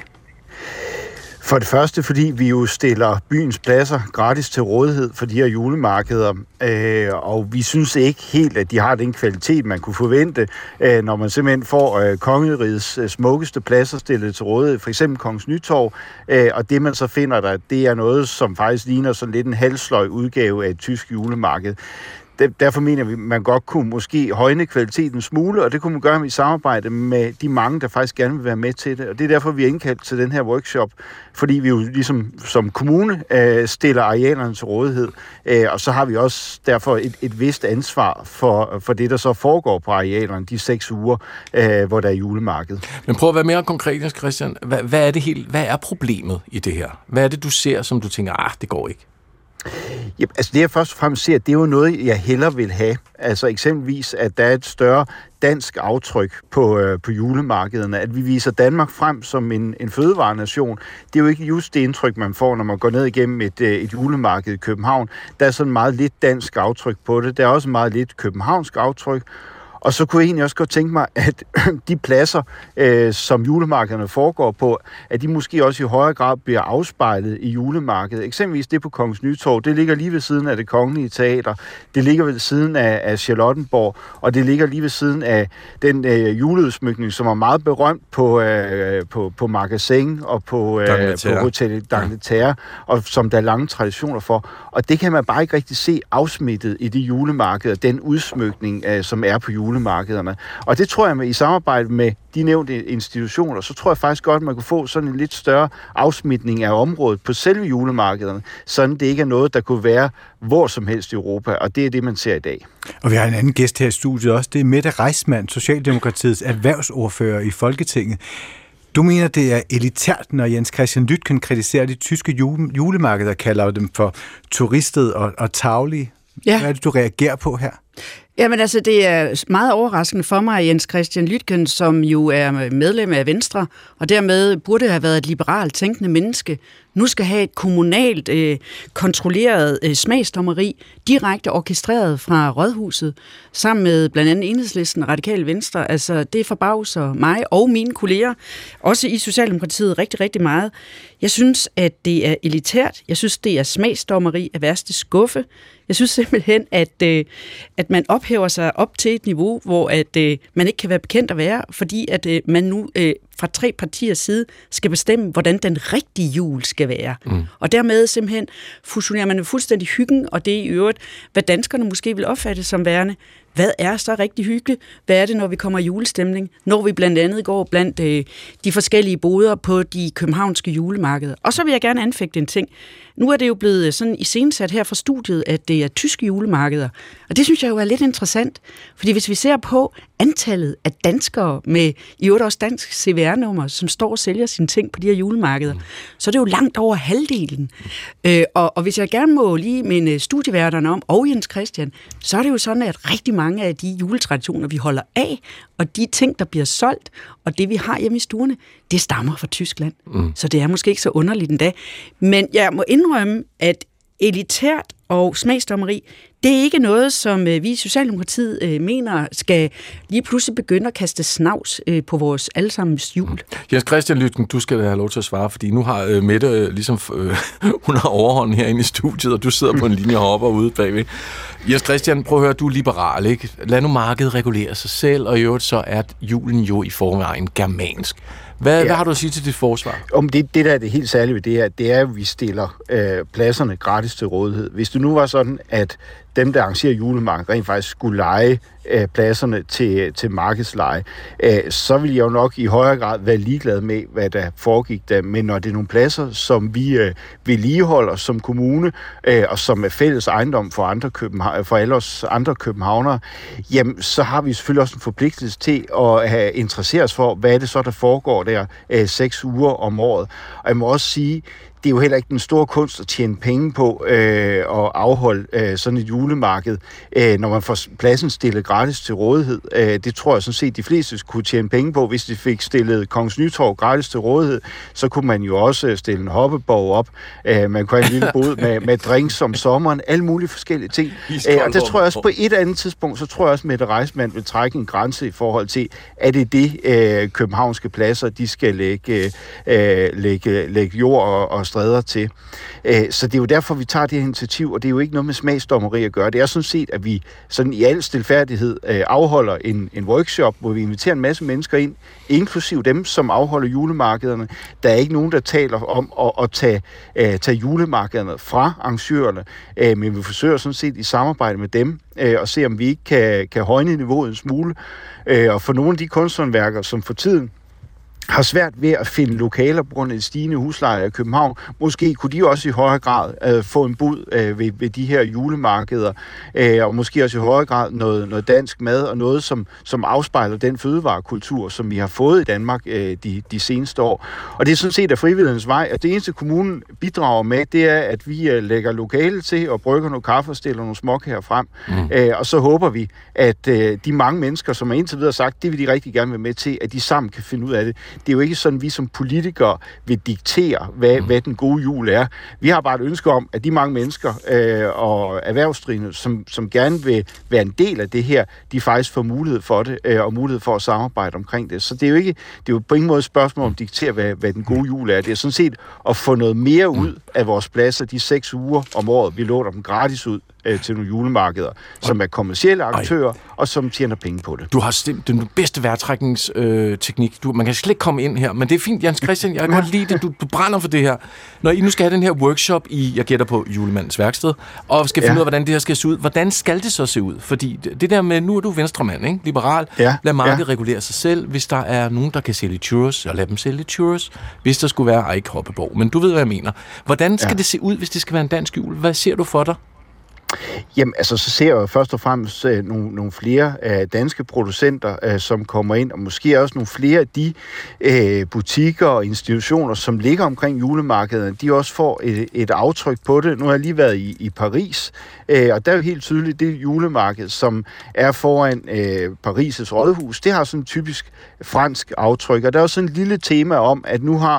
For det første, fordi vi jo stiller byens pladser gratis til rådighed for de her julemarkeder, og vi synes ikke helt, at de har den kvalitet, man kunne forvente, når man simpelthen får kongerigets smukkeste pladser stillet til rådighed, for eksempel Kongens Nytorv, og det man så finder der, det er noget, som faktisk ligner sådan lidt en halvsløj udgave af et tysk julemarked. Derfor mener vi, at man godt kunne måske højne kvaliteten en smule, og det kunne man gøre i samarbejde med de mange, der faktisk gerne vil være med til det. Og det er derfor, vi er indkaldt til den her workshop, fordi vi jo ligesom som kommune stiller arealerne til rådighed, og så har vi også derfor et vist ansvar for det, der så foregår på arealerne de 6 uger, hvor der er julemarked. Men prøv at være mere konkret, Christian. Hvad er problemet i det her? Hvad er det, du ser, som du tænker, det går ikke? Ja, altså det jeg først og fremmest ser, det er jo noget, jeg hellere vil have. Altså eksempelvis, at der er et større dansk aftryk på julemarkederne, at vi viser Danmark frem som en fødevarenation. Det er jo ikke just det indtryk, man får, når man går ned igennem et julemarked i København. Der er sådan meget lidt dansk aftryk på det. Der er også meget lidt københavnsk aftryk. Og så kunne jeg egentlig også godt tænke mig, at de pladser, som julemarkederne foregår på, at de måske også i højere grad bliver afspejlet i julemarkedet. Eksempelvis det på Kongens Nytorv, det ligger lige ved siden af Det Kongelige Teater, det ligger ved siden af Charlottenborg, og det ligger lige ved siden af den juleudsmykning, som er meget berømt på Magasin og på Hotel d'Angleterre, og som der er lange traditioner for. Og det kan man bare ikke rigtig se afsmittet i de julemarkeder, den udsmykning, som er på julemarkederne. Og det tror jeg, at i samarbejde med de nævnte institutioner, så tror jeg faktisk godt, at man kunne få sådan en lidt større afsmitning af området på selve julemarkederne, sådan det ikke er noget, der kunne være hvor som helst i Europa, og det er det, man ser i dag. Og vi har en anden gæst her i studiet også, det er Mette Reismann, Socialdemokratiets erhvervsordfører i Folketinget. Du mener, det er elitært, når Jens Christian Lytken kritiserer de tyske julemarkeder, kalder dem for turistet og tarvelige. Ja. Hvad er det, du reagerer på her? Jamen altså, det er meget overraskende for mig, Jens Christian Lytken, som jo er medlem af Venstre, og dermed burde have været et liberalt tænkende menneske, nu skal have et kommunalt kontrolleret smagsdommeri, direkte orkestreret fra Rådhuset, sammen med blandt andet Enhedslisten, Radikale Venstre. Altså, det forbavser mig og mine kolleger, også i Socialdemokratiet, rigtig, rigtig meget. Jeg synes, at det er elitært. Jeg synes, det er smagsdommeri af værste skuffe. Jeg synes simpelthen, at man ophæver sig op til et niveau, hvor man ikke kan være bekendt at være, fordi at man nu fra 3 partiers side skal bestemme, hvordan den rigtige jul skal være. Og dermed simpelthen fusionerer man fuldstændig hyggen, og det er i øvrigt, hvad danskerne måske vil opfatte som værende. Hvad er så rigtig hyggeligt? Hvad er det, når vi kommer i julestemning? Når vi blandt andet går blandt de forskellige boder på de københavnske julemarkeder. Og så vil jeg gerne anfægte en ting. Nu er det jo blevet sådan iscenesat her fra studiet, at det er tyske julemarkeder. Og det synes jeg jo er lidt interessant. Fordi hvis vi ser på antallet af danskere med i øvrigt også dansk CVR-nummer, som står og sælger sine ting på de her julemarkeder, så er det jo langt over halvdelen. Og hvis jeg gerne må lige minde studieværterne om, og Jens Christian, så er det jo sådan, at rigtig mange af de juletraditioner, vi holder af, og de ting, der bliver solgt, og det, vi har hjemme i stuerne, det stammer fra Tyskland. Så det er måske ikke så underligt endda. Men jeg må indrømme, at elitært og smagsdommeri, det er ikke noget, som vi i Socialdemokratiet mener skal lige pludselig begynde at kaste snavs på vores allesammens jul. Jens Christian Lytken, du skal have lov til at svare, fordi nu har Mette ligesom hun har overhånden herinde i studiet, og du sidder på en linje og hopper ude bagved. Jens Christian, prøv at høre, du er liberal, ikke? Lad nu markedet regulere sig selv, og i øvrigt så er julen jo i forvejen germansk. Hvad har du at sige til dit forsvar? Det, der er det helt særlige ved det her, det er, at vi stiller pladserne gratis til rådighed. Hvis det nu var sådan, at dem, der arrangerer julemarked, rent faktisk skulle leje pladserne til markedsleje, så vil jeg jo nok i højere grad være ligeglad med, hvad der foregik der. Men når det er nogle pladser, som vi vedligeholder som kommune, og som er fælles ejendom for alle os andre københavnere, jamen, så har vi selvfølgelig også en forpligtelse til at interessere os for, hvad er det så, der foregår der 6 uger om året. Og jeg må også sige, det er jo heller ikke den store kunst at tjene penge på at afholde sådan et julemarked, når man får pladsen stillet gratis til rådighed. Det tror jeg sådan set, de fleste kunne tjene penge på. Hvis de fik stillet Kongens Nytorv gratis til rådighed, så kunne man jo også stille en hoppeborg op. Man kunne have en lille bod med drinks om sommeren, alle mulige forskellige ting. Og der tror jeg også på et andet tidspunkt, så tror jeg også, at Mette Reissmann vil trække en grænse i forhold til, at det københavnske pladser, de skal lægge jord og stræder til. Så det er jo derfor, vi tager det her initiativ, og det er jo ikke noget med smagsdommeri at gøre. Det er sådan set, at vi sådan i al stilfærdighed afholder en workshop, hvor vi inviterer en masse mennesker ind, inklusive dem, som afholder julemarkederne. Der er ikke nogen, der taler om at tage julemarkederne fra arrangørerne, men vi forsøger sådan set i samarbejde med dem og se, om vi ikke kan højne niveauet en smule. Og for nogle af de kunsthåndværkere, som for tiden har svært ved at finde lokaler på grund af stigende husleje i København. Måske kunne de også i højere grad få en bud ved de her julemarkeder, og måske også i højere grad noget dansk mad, og noget, som afspejler den fødevarekultur, som vi har fået i Danmark de seneste år. Og det er sådan set af frivillighedens vej, at det eneste kommunen bidrager med, det er, at vi lægger lokale til og brygger noget kaffe og stiller nogle småkager frem. Og så håber vi, at de mange mennesker, som har indtil videre sagt, det vil de rigtig gerne være med til, at de sammen kan finde ud af det. Det er jo ikke sådan, vi som politikere vil diktere, hvad den gode jul er. Vi har bare et ønske om, at de mange mennesker og erhvervsdrivende, som gerne vil være en del af det her, de faktisk får mulighed for det, og mulighed for at samarbejde omkring det. Så det er jo på ingen måde et spørgsmål om at diktere, hvad den gode jul er. Det er sådan set at få noget mere ud af vores pladser de 6 uger om året. Vi låner dem gratis ud til nogle julemarkeder, som er kommercielle aktører, og som tjener penge på det. Du har den bedste vejrtrækningsteknik. Man kan slet ikke komme ind her, men det er fint, Jens Christian. Jeg kan godt lide det. Du brænder for det her. Når I nu skal have den her workshop jeg gætter på Julemandens værksted, og skal finde ud af, hvordan det her skal se ud, hvordan skal det så se ud? Fordi det der med, nu er du venstremand, ikke? Liberal. Lad markedet regulere sig selv. Hvis der er nogen, der kan sælge churros, så lad dem sælge churros. Hvis der skulle være, ikke Hoppeborg, men du ved, hvad jeg mener. Hvordan skal det se ud, hvis det skal være en dansk jul? Hvad ser du for dig? Jamen, altså, så ser jeg først og fremmest nogle flere danske producenter, som kommer ind, og måske også nogle flere af de butikker og institutioner, som ligger omkring julemarkederne, de også får et aftryk på det. Nu har jeg lige været i Paris, og der er jo helt tydeligt det julemarked, som er foran Paris' rådhus. Det har sådan en typisk fransk aftryk, og der er også sådan et lille tema om, at nu har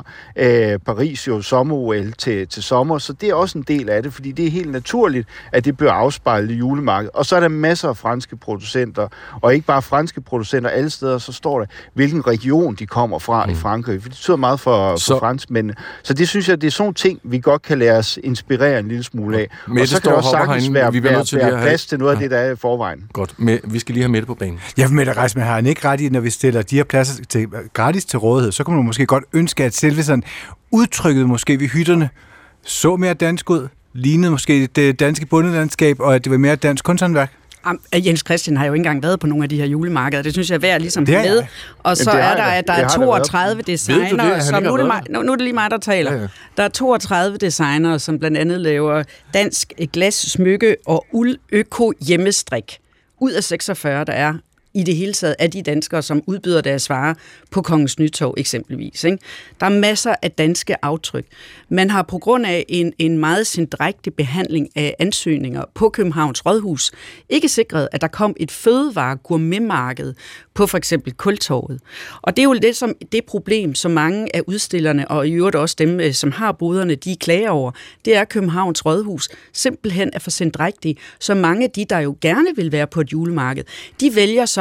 Paris jo sommer-OL til sommer, så det er også en del af det, fordi det er helt naturligt, at det bør afspejle julemarkedet. Og så er der masser af franske producenter, og ikke bare franske producenter alle steder, så står der, hvilken region de kommer fra i Frankrig, for det betyder meget for franskmændene. Så det synes jeg, det er sådan ting, vi godt kan lade os inspirere en lille smule af. Og så kan der også sagtens være plads til noget af det, der er i forvejen. Godt. Vi skal lige have Mette på banen. Ja, Mette Reissmann har ikke ret i, når vi stiller de her pladser gratis til rådighed, så kan man måske godt ønske, at selve sådan udtrykket måske ved hytterne så mere dansk ud, lignede måske det danske bundelandskab, og at det var mere dansk kunsthåndværk? Jens Christian har jo ikke engang været på nogle af de her julemarkeder. Det synes jeg er værd ligesom med. Og så er der 32 designere, som nu er det lige mig, der taler. Ja. Der er 32 designere, som blandt andet laver dansk glas, smykke og uld-øko hjemmestrik. Ud af 46, der er i det hele taget af de danskere, som udbyder deres varer på Kongens Nytorv eksempelvis. Ikke? Der er masser af danske aftryk. Man har på grund af en meget sindrægtig behandling af ansøgninger på Københavns Rådhus ikke sikret, at der kom et fødevare-gourmetmarked på for eksempel Kultorvet. Og det er jo det problem, som mange af udstillerne, og i øvrigt også dem, som har boderne, de klager over, det er Københavns Rådhus simpelthen er for sindrægtige. Så mange af de, der jo gerne vil være på et julemarked, de vælger så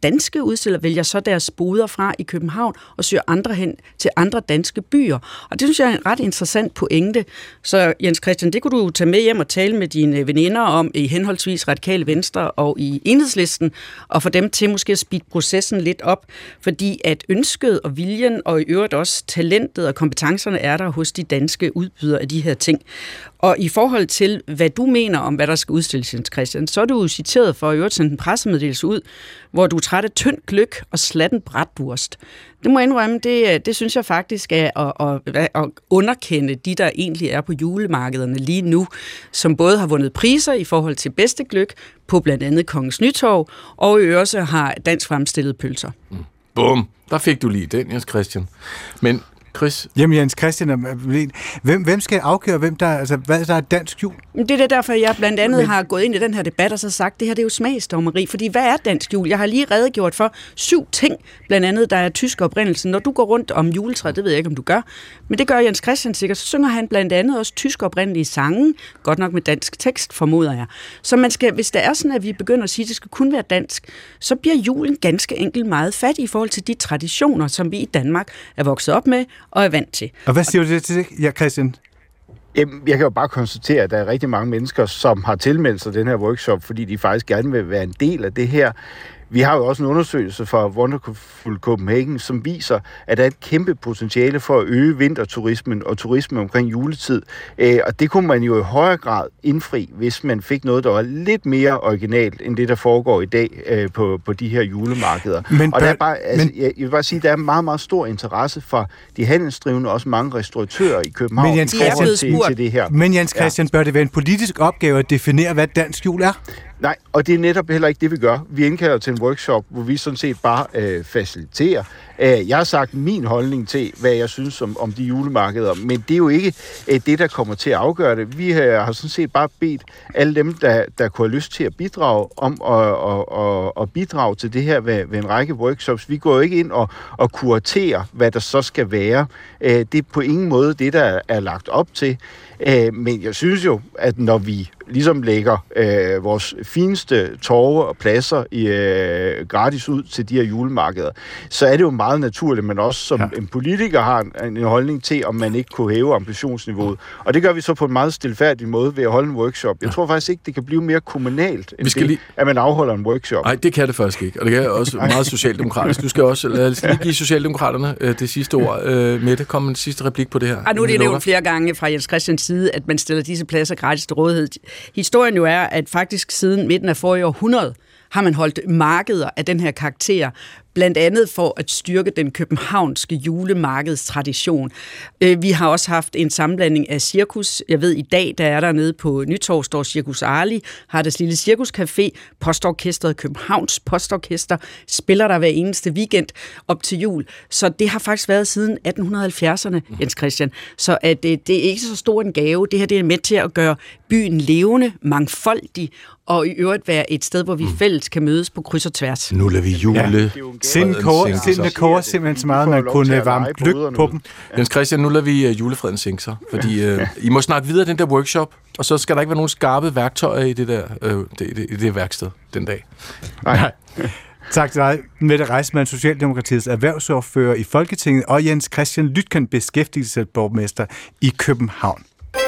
danske udstillere vælger så deres boder fra i København og søger andre hen til andre danske byer. Og det synes jeg er en ret interessant pointe. Så Jens Christian, det kunne du tage med hjem og tale med dine veninder om i henholdsvis Radikale Venstre og i Enhedslisten, og få dem til måske at speede processen lidt op, fordi at ønsket og viljen og i øvrigt også talentet og kompetencerne er der hos de danske udbydere af de her ting. Og i forhold til, hvad du mener om, hvad der skal udstilles, Jens Christian, så er du jo citeret for at øvrigt sende en pressemeddelelse ud, hvor du er træt af tynd gløk og slatten bratwurst. Det må jeg indrømme, det synes jeg faktisk er at underkende de, der egentlig er på julemarkederne lige nu, som både har vundet priser i forhold til bedste gløk på blandt andet Kongens Nytorv, og i øvrigt også har dansk fremstillede pølser. Bum, der fik du lige den, Jens Christian. Men Chris? Jamen Jens Christian, hvem skal afgøre, hvad der er dansk jul? Det er derfor, jeg blandt andet har gået ind i den her debat og så sagt, det her det er jo smagsdommeri, fordi hvad er dansk jul? Jeg har lige redegjort for 7 ting, blandt andet, der er tysk oprindelse. Når du går rundt om juletræet, det ved jeg ikke, om du gør, men det gør Jens Christian sikkert, så synger han blandt andet også tysk oprindelige sange, godt nok med dansk tekst, formoder jeg. Så man skal, hvis det er sådan, at vi begynder at sige, at det skal kun være dansk, så bliver julen ganske enkelt meget fattig i forhold til de traditioner, som vi i Danmark er vokset op med og er vant til. Og hvad siger du til det, ja, Christian? Jamen, jeg kan jo bare konstatere, at der er rigtig mange mennesker, som har tilmeldt sig den her workshop, fordi de faktisk gerne vil være en del af det her. Vi har jo også en undersøgelse fra Wonderful Copenhagen, som viser, at der er et kæmpe potentiale for at øge vinterturismen og turisme omkring juletid. Og det kunne man jo i højere grad indfri, hvis man fik noget, der var lidt mere originalt, end det, der foregår i dag på de her julemarkeder. Og der er bare, jeg vil bare sige, at der er meget, meget stor interesse fra de handelsdrivende, og også mange restauratører i København til det her. Men Jens Christian, bør det være en politisk opgave at definere, hvad dansk jul er? Nej, og det er netop heller ikke det, vi gør. Vi indkalder til en workshop, hvor vi sådan set bare faciliterer. Jeg har sagt min holdning til, hvad jeg synes om de julemarkeder, men det er jo ikke det, der kommer til at afgøre det. Vi har sådan set bare bedt alle dem, der kunne have lyst til at bidrage, om at bidrage til det her ved en række workshops. Vi går jo ikke ind og kuraterer, hvad der så skal være. Det er på ingen måde det, der er lagt op til. Men jeg synes jo, at når vi ligesom lægger vores fineste torve og pladser gratis ud til de her julemarkeder, så er det jo meget naturligt, at man også som en politiker har en holdning til, om man ikke kunne hæve ambitionsniveauet. Og det gør vi så på en meget stilfærdig måde ved at holde en workshop. Jeg tror faktisk ikke, det kan blive mere kommunalt, end at man afholder en workshop. Nej, det kan det faktisk ikke. Og det kan også meget socialdemokratisk. Du skal også lad give Socialdemokraterne det sidste ord. Mette, kom en sidste replik på det her. Nu er det nævnt flere gange fra Jens Christians side, at man stiller disse pladser gratis til rådighed. Historien jo er, at faktisk siden midten af forrige århundrede har man holdt markeder af den her karakter, blandt andet for at styrke den københavnske julemarkedstradition. Vi har også haft en sammenblanding af cirkus. Jeg ved, i dag, der er der nede på Nytorv, står Cirkus Arli, har deres lille cirkuscafé, postorkestret, Københavns Postorkester, spiller der hver eneste weekend op til jul. Så det har faktisk været siden 1870'erne, Jens Christian. Så at det er ikke så stor en gave. Det her det er med til at gøre byen levende, mangfoldig, og i øvrigt være et sted, hvor vi fælles kan mødes på kryds og tværs. Nu lader vi jule. Sindene koger simpelthen så meget, man kunne varme gløgg på dem. Jens Christian, nu lader vi julefreden sænke sig, fordi I må snakke videre den der workshop, og så skal der ikke være nogen skarpe værktøjer i det der i det værksted den dag. Nej. Tak til dig, Mette Reisman, Socialdemokratiets erhvervsordfører i Folketinget, og Jens Christian Lytken, beskæftigelsesborgmester i København.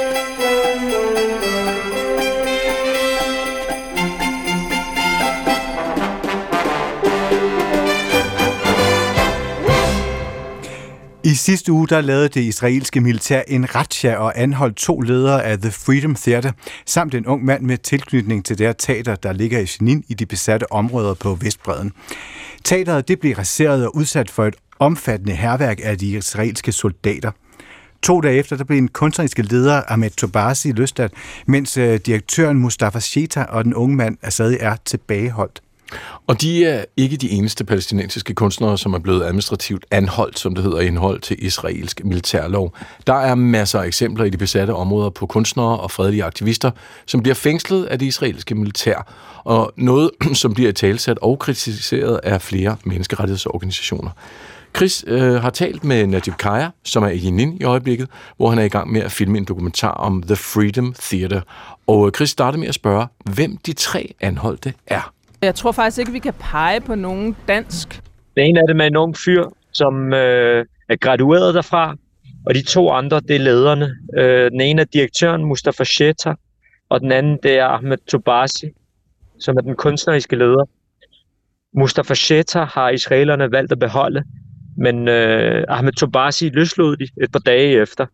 I sidste uge der lavede det israelske militær en razzia og anholdt 2 ledere af The Freedom Theater, samt en ung mand med tilknytning til det teater, der ligger i Jenin i de besatte områder på Vestbredden. Teateret det blev raseret og udsat for et omfattende hærværk af de israelske soldater. 2 dage efter der blev en kunstneriske leder, Ahmed Tobasi, løsladt, mens direktøren Mustafa Sheta og den unge mand Assadi er tilbageholdt. Og de er ikke de eneste palæstinensiske kunstnere, som er blevet administrativt anholdt, som det hedder, i henhold til israelsk militærlov. Der er masser af eksempler i de besatte områder på kunstnere og fredelige aktivister, som bliver fængslet af det israelske militær, og noget, som bliver italesat og kritiseret af flere menneskerettighedsorganisationer. Chris har talt med Najib Kaya, som er i Jenin i øjeblikket, hvor han er i gang med at filme en dokumentar om The Freedom Theater. Og Chris starter med at spørge, hvem de 3 anholdte er. Jeg tror faktisk ikke, vi kan pege på nogen dansk. Den ene af dem er en ung fyr, som er gradueret derfra, og de 2 andre, det er lederne. Den ene er direktøren Mustafa Shetar, og den anden, det er Ahmed Tobasi, som er den kunstneriske leder. Mustafa Shetar har israelerne valgt at beholde, men Ahmed Tobasi løslod de et par dage efter.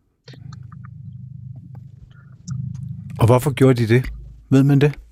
Og hvorfor gjorde de det? Ved man det?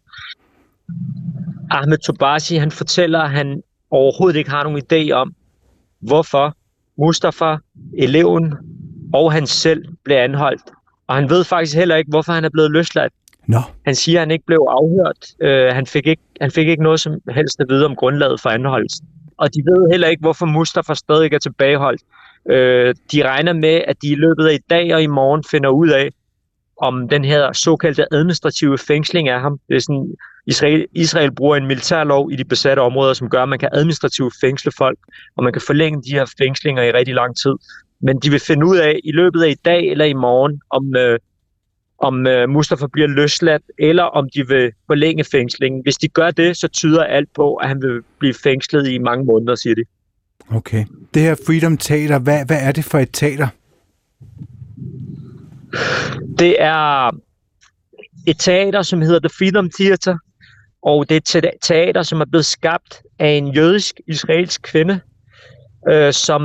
Ahmed Tobasi, han fortæller, at han overhovedet ikke har nogen idé om, hvorfor Mustafa, eleven og han selv blev anholdt. Og han ved faktisk heller ikke, hvorfor han er blevet løsladt. No. Han siger, at han ikke blev afhørt. Han fik ikke noget som helst at vide om grundlaget for anholdelsen. Og de ved heller ikke, hvorfor Mustafa stadig ikke er tilbageholdt. De regner med, at de i løbet af i dag og i morgen finder ud af, om den her såkaldte administrative fængsling af ham. Det er sådan, Israel bruger en militærlov i de besatte områder, som gør, at man kan administrativt fængsle folk, og man kan forlænge de her fængslinger i rigtig lang tid. Men de vil finde ud af i løbet af i dag eller i morgen, om Mustafa bliver løsladt, eller om de vil forlænge fængslingen. Hvis de gør det, så tyder alt på, at han vil blive fængslet i mange måneder, siger de. Okay. Det her Freedom Theater, hvad er det for et teater? Det er et teater, som hedder The Freedom Theater, og det er et teater, som er blevet skabt af en jødisk-israelsk kvinde, som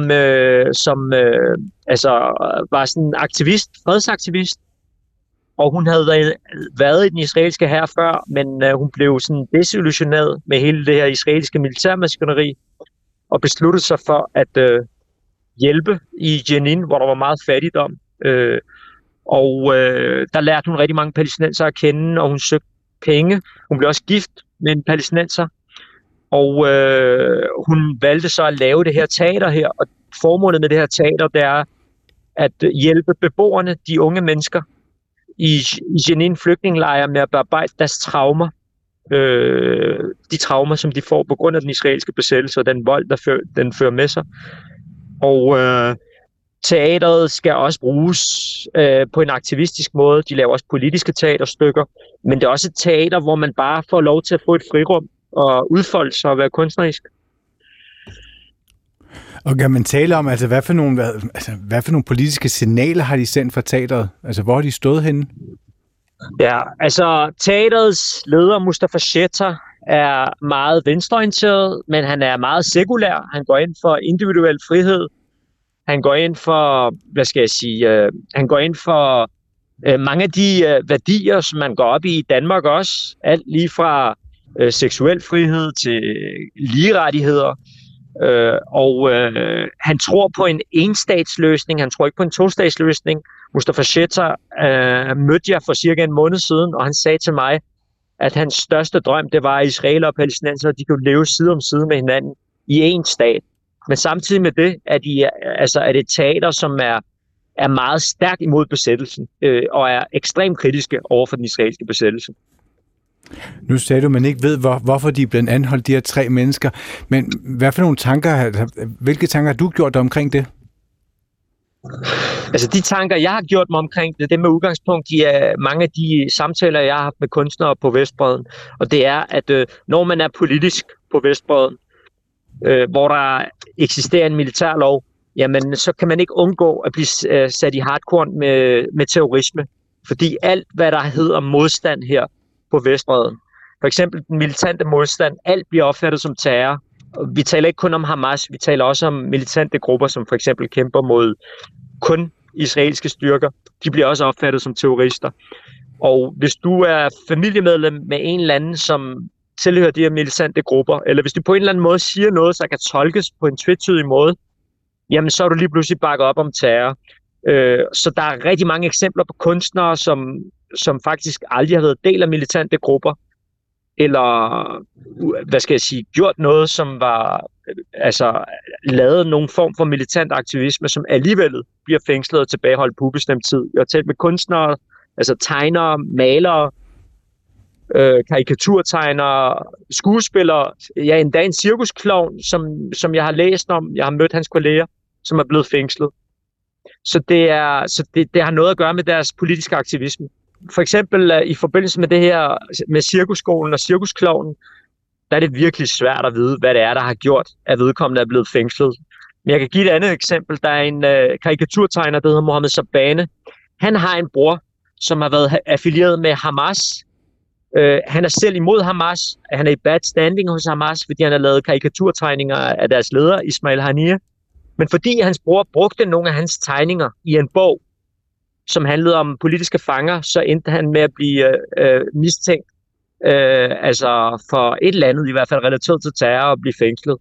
var sådan en aktivist, fredsaktivist, og hun havde været i den israelske hær før, men hun blev sådan desillusioneret med hele det her israelske militærmaskineri, og besluttede sig for at hjælpe i Jenin, hvor der var meget fattigdom. Og der lærte hun rigtig mange palæstinenser at kende, og hun søgte penge. Hun blev også gift med en palæstinenser, og hun valgte så at lave det her teater her. Og formålet med det her teater, det er at hjælpe beboerne, de unge mennesker, i Jenin flygtningelejre med at bearbejde deres traumer. De traumer, som de får på grund af den israelske besættelse og den vold, den fører med sig. Og teateret skal også bruges på en aktivistisk måde. De laver også politiske teaterstykker, men det er også et teater, hvor man bare får lov til at få et frirum og udfolde sig og være kunstnerisk. Og kan man tale om, hvad for nogle politiske signaler har de sendt fra teateret? Altså, hvor har de stået henne? Ja, altså teaterets leder, Mustafa Shetar, er meget venstreorienteret, men han er meget sekulær. Han går ind for individuel frihed. Han går ind for, han går ind for mange af de værdier, som man går op i Danmark også. Alt lige fra seksuel frihed til ligerettigheder. Han tror på en enstatsløsning, han tror ikke på en tostatsløsning. Mustafa Shetar mødte jeg for cirka en måned siden, og han sagde til mig, at hans største drøm, det var, at israelere og palæstinensere, de kunne leve side om side med hinanden i én stat. Men samtidig med det, er det et teater, som er meget stærkt imod besættelsen, og er ekstremt kritiske over for den israelske besættelse. Nu sagde du, at man ikke ved, hvorfor de er blevet anholdt, de her 3 mennesker. Men hvilke tanker har du gjort dig omkring det? Altså de tanker, jeg har gjort mig omkring det med udgangspunkt i mange af de samtaler, jeg har haft med kunstnere på Vestbredden. Og det er, at når man er politisk på Vestbredden, hvor der eksisterer en militærlov, jamen så kan man ikke undgå at blive sat i hardcore med terrorisme. Fordi alt, hvad der hedder modstand her på Vestbredden, for eksempel den militante modstand, alt bliver opfattet som terror. Vi taler ikke kun om Hamas, vi taler også om militante grupper, som for eksempel kæmper mod kun israelske styrker. De bliver også opfattet som terrorister. Og hvis du er familiemedlem med en eller anden, som tilhører de her militante grupper, eller hvis du på en eller anden måde siger noget, så kan tolkes på en tvetydig måde, jamen så er du lige pludselig bakket op om terror. Så der er rigtig mange eksempler på kunstnere, som faktisk aldrig har været del af militante grupper, eller gjort noget, som var lavet nogen form for militant aktivisme, som alligevel bliver fængslet og tilbageholdt på ubestemt tid. Jeg har talt med kunstnere, altså tegnere, malere, karikaturtegnere, skuespillere, ja endda en cirkusklovn, som jeg har læst om, jeg har mødt hans kolleger, som er blevet fængslet. Så det har noget at gøre med deres politiske aktivisme. For eksempel i forbindelse med det her med cirkusskolen og cirkusklovnen, der er det virkelig svært at vide, hvad det er, der har gjort, at vedkommende er blevet fængslet. Men jeg kan give et andet eksempel. Der er en karikaturtegner, der hedder Mohammed Sabane. Han har en bror, som har været affilieret med Hamas. Han er selv imod Hamas. Han er i bad standing hos Hamas, fordi han har lavet karikaturtegninger af deres leder, Ismail Haniyeh. Men fordi hans bror brugte nogle af hans tegninger i en bog, som handlede om politiske fanger, så endte han med at blive mistænkt altså for et eller andet, i hvert fald relateret til terror, og blive fængslet.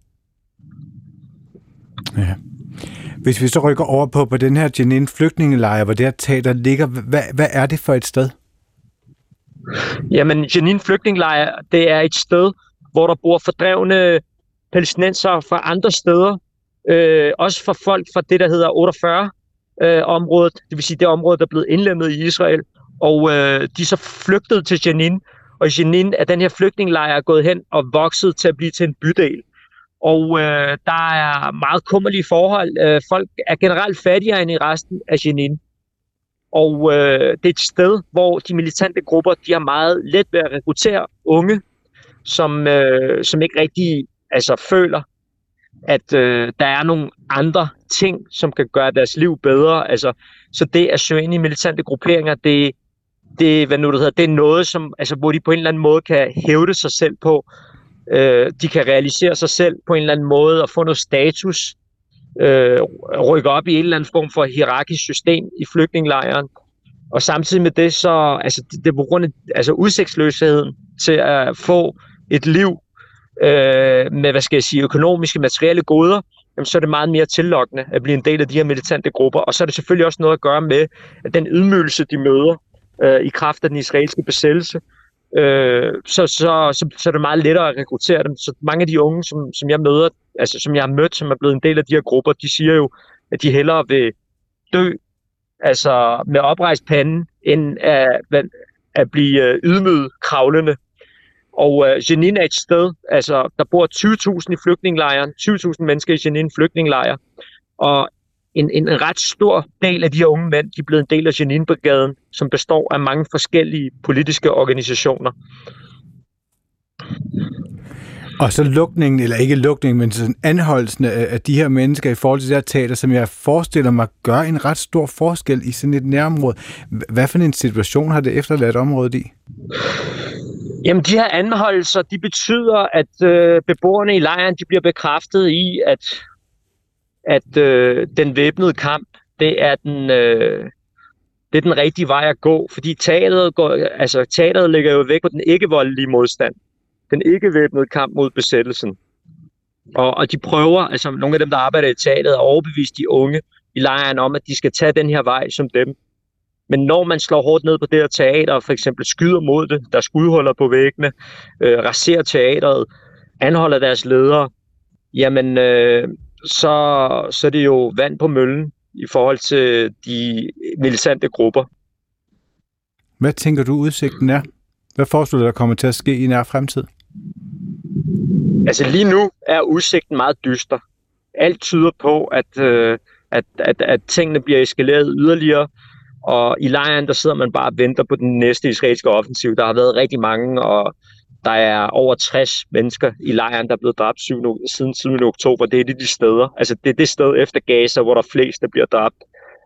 Ja. Hvis vi så rykker over på den her Jenin flygtningelejr, hvor det her teater ligger, hvad er det for et sted? Jamen, Jenin flygtningelejr, det er et sted, hvor der bor fordrevne palæstinensere fra andre steder, også for folk fra det, der hedder 48 området, det vil sige det område, der er blevet indlemmet i Israel, og de er så flygtet til Jenin, og i Jenin er den her flygtningelejr gået hen og vokset til at blive til en bydel. Og der er meget kummerlige forhold. Folk er generelt fattigere end i resten af Jenin. Og det er et sted, hvor de militante grupper, de har meget let ved at rekruttere unge, som ikke rigtig føler, at der er nogle andre ting, som kan gøre deres liv bedre. Så det at søge ind i militante grupperinger, det er noget, som, hvor de på en eller anden måde kan hævde sig selv på. De kan realisere sig selv på en eller anden måde og få noget status, rykke op i en eller anden form for hierarkisk system i flygtningelejren. Og samtidig med det, så det er på grund af udsigtsløsheden til at få et liv med, økonomiske, materielle goder, jamen, så er det meget mere tillokkende at blive en del af de her militante grupper. Og så er det selvfølgelig også noget at gøre med, at den ydmygelse, de møder i kraft af den israelske besættelse, så er det meget lettere at rekruttere dem. Så mange af de unge, som jeg møder, som jeg har mødt, som er blevet en del af de her grupper, de siger jo, at de hellere vil dø med oprejst pande, end at blive ydmyget kravlende. Og Jenin er et sted, der bor 20.000 i flygtningelejren, 20.000 mennesker i Jenin flygtningelejr, og en ret stor del af de her unge mænd, de er blevet en del af Jenin-brigaden, som består af mange forskellige politiske organisationer. Og så lukningen, eller ikke lukningen, men sådan anholdelsen af de her mennesker i forhold til det her teater, som jeg forestiller mig, gør en ret stor forskel i sådan et nærområde. Hvad for en situation har det efterladt området i? Jamen, de her anholdelser, de betyder, at beboerne i lejren, de bliver bekræftet i, at den væbnede kamp, det er den rigtige vej at gå, fordi teateret ligger jo væk på den ikke-voldelige modstand, den ikke-væbnede kamp mod besættelsen. Og de prøver, nogle af dem, der arbejder i teateret, at overbevise de unge i lejren om, at de skal tage den her vej som dem. Men når man slår hårdt ned på det her teater, og for eksempel skyder mod det, der er skudhuller på væggene, raserer teateret, anholder deres ledere, jamen så er det jo vand på møllen i forhold til de militante grupper. Hvad tænker du, udsigten er? Hvad forestiller du, der kommer til at ske i nær fremtid? Lige nu er udsigten meget dyster. Alt tyder på, at tingene bliver eskaleret yderligere, og i lejren, der sidder man bare og venter på den næste israelske offensiv. Der har været rigtig mange, og der er over 60 mennesker i lejren, der er blevet dræbt siden 7. oktober. Det er de steder. Det er det sted efter Gaza, hvor der er flest, der bliver dræbt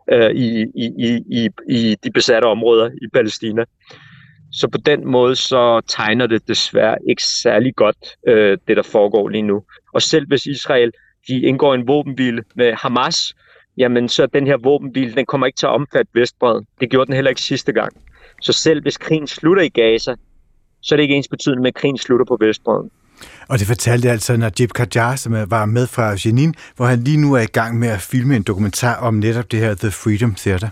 i de besatte områder i Palæstina. Så på den måde, så tegner det desværre ikke særlig godt, det der foregår lige nu. Og selv hvis Israel de indgår en våbenhvile med Hamas, jamen så den her våbenhvile, den kommer ikke til at omfatte Vestbredden. Det gjorde den heller ikke sidste gang. Så selv hvis krigen slutter i Gaza, så er det ikke ensbetydende med, at krigen slutter på Vestbredden. Og det fortalte altså Najib Khaja, som var med fra Jenin, hvor han lige nu er i gang med at filme en dokumentar om netop det her The Freedom Theater.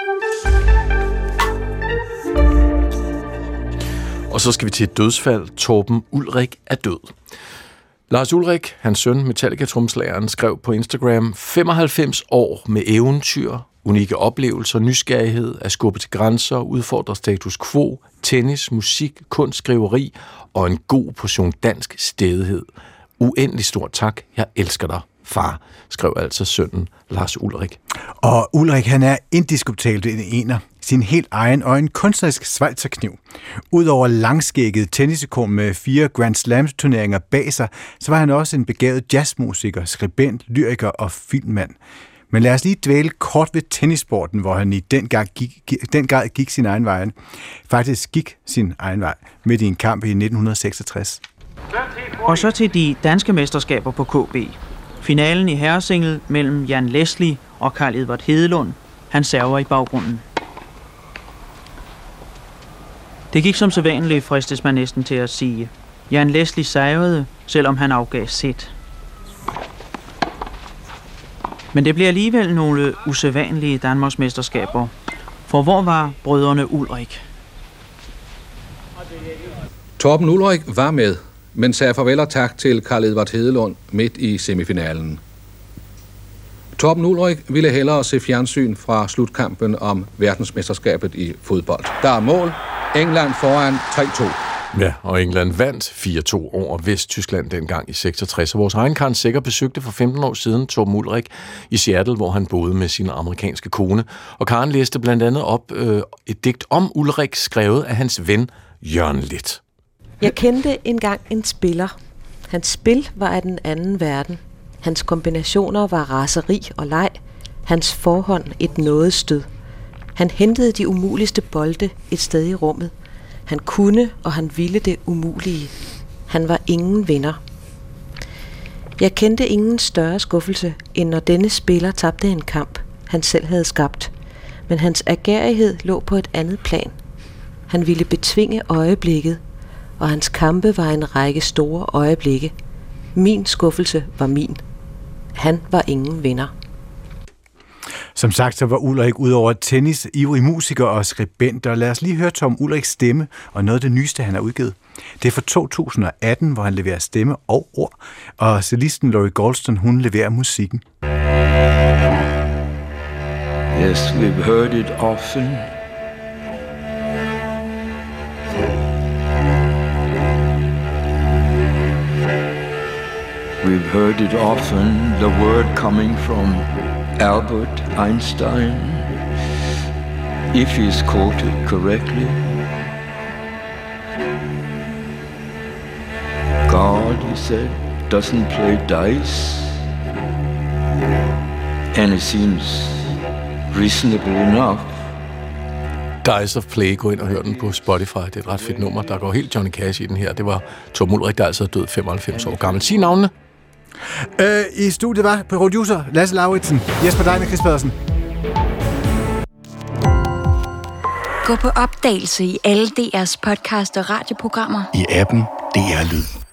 Og så skal vi til et dødsfald. Torben Ulrik er død. Lars Ulrik, hans søn, Metallica-trommeslageren, skrev på Instagram: 95 år med eventyr, unikke oplevelser, nysgerrighed, at skubbe til grænser, udfordre status quo, tennis, musik, kunst, skriveri og en god portion dansk stædighed. Uendelig stor tak. Jeg elsker dig, far, skrev altså sønnen Lars Ulrik. Og Ulrik, han er indiskutabelt en ener. Sin helt egen og en kunstnerisk schweizerkniv. Udover langskægget tennisikon med 4 Grand Slam-turneringer bag sig, så var han også en begavet jazzmusiker, skribent, lyriker og filmmand. Men lad os lige dvæle kort ved tennissporten, hvor han i den grad gik sin egen vej. Faktisk gik sin egen vej midt i en kamp i 1966. Og så til de danske mesterskaber på KB. Finalen i herresingel mellem Jan Leslie og Carl Edvard Hedelund. Han server i baggrunden. Det gik som sædvanligt, fristes man næsten til at sige. Jan Leslie sejrede, selvom han afgav sit. Men det blev alligevel nogle usædvanlige Danmarksmesterskaber. For hvor var brødrene Ulrik? Torben Ulrik var med, men sagde farvel og tak til Carl Edvard Hedelund midt i semifinalen. Torben Ulrik ville hellere se fjernsyn fra slutkampen om verdensmesterskabet i fodbold. Der er mål. England foran 3-2. Ja, og England vandt 4-2 over Vesttyskland dengang i 66. Og vores egen Karen Sækker besøgte for 15 år siden Torben Ulrik i Seattle, hvor han boede med sin amerikanske kone. Og Karen læste blandt andet op et digt om Ulrik, skrevet af hans ven Jørgen Leth. Jeg kendte engang en spiller. Hans spil var af den anden verden. Hans kombinationer var raseri og leg. Hans forhånd et nådestød. Han hentede de umuligste bolde et sted i rummet. Han kunne, og han ville det umulige. Han var ingen vinder. Jeg kendte ingen større skuffelse, end når denne spiller tabte en kamp, han selv havde skabt. Men hans ærgerrighed lå på et andet plan. Han ville betvinge øjeblikket, og hans kampe var en række store øjeblikke. Min skuffelse var min. Han var ingen vinder. Som sagt, så var Ulrik udover tennis, ivrig musiker og skribent, og lad os lige høre Tom Ulriks stemme og noget af det nyeste, han har udgivet. Det er fra 2018, hvor han leverer stemme og ord, og cellisten Laurie Golston, hun leverer musikken. Yes, we've heard it often. We've heard it often, the word coming from Albert Einstein, if he's quoted correctly. God, he said, doesn't play dice, and it seems reasonable enough. Dice of Play, gå ind og hør den på Spotify. Det er et ret fedt nummer. Der går helt Johnny Cash i den her. Det var Tom Ulrik, der altså er død 95 år gammel. Sig navnene. I studiet var producer Lasse Lauritsen, Jesper Dein og Chris Pedersen. Gå på opdagelse i alle DR's podcast og radioprogrammer. I appen DR Lyd.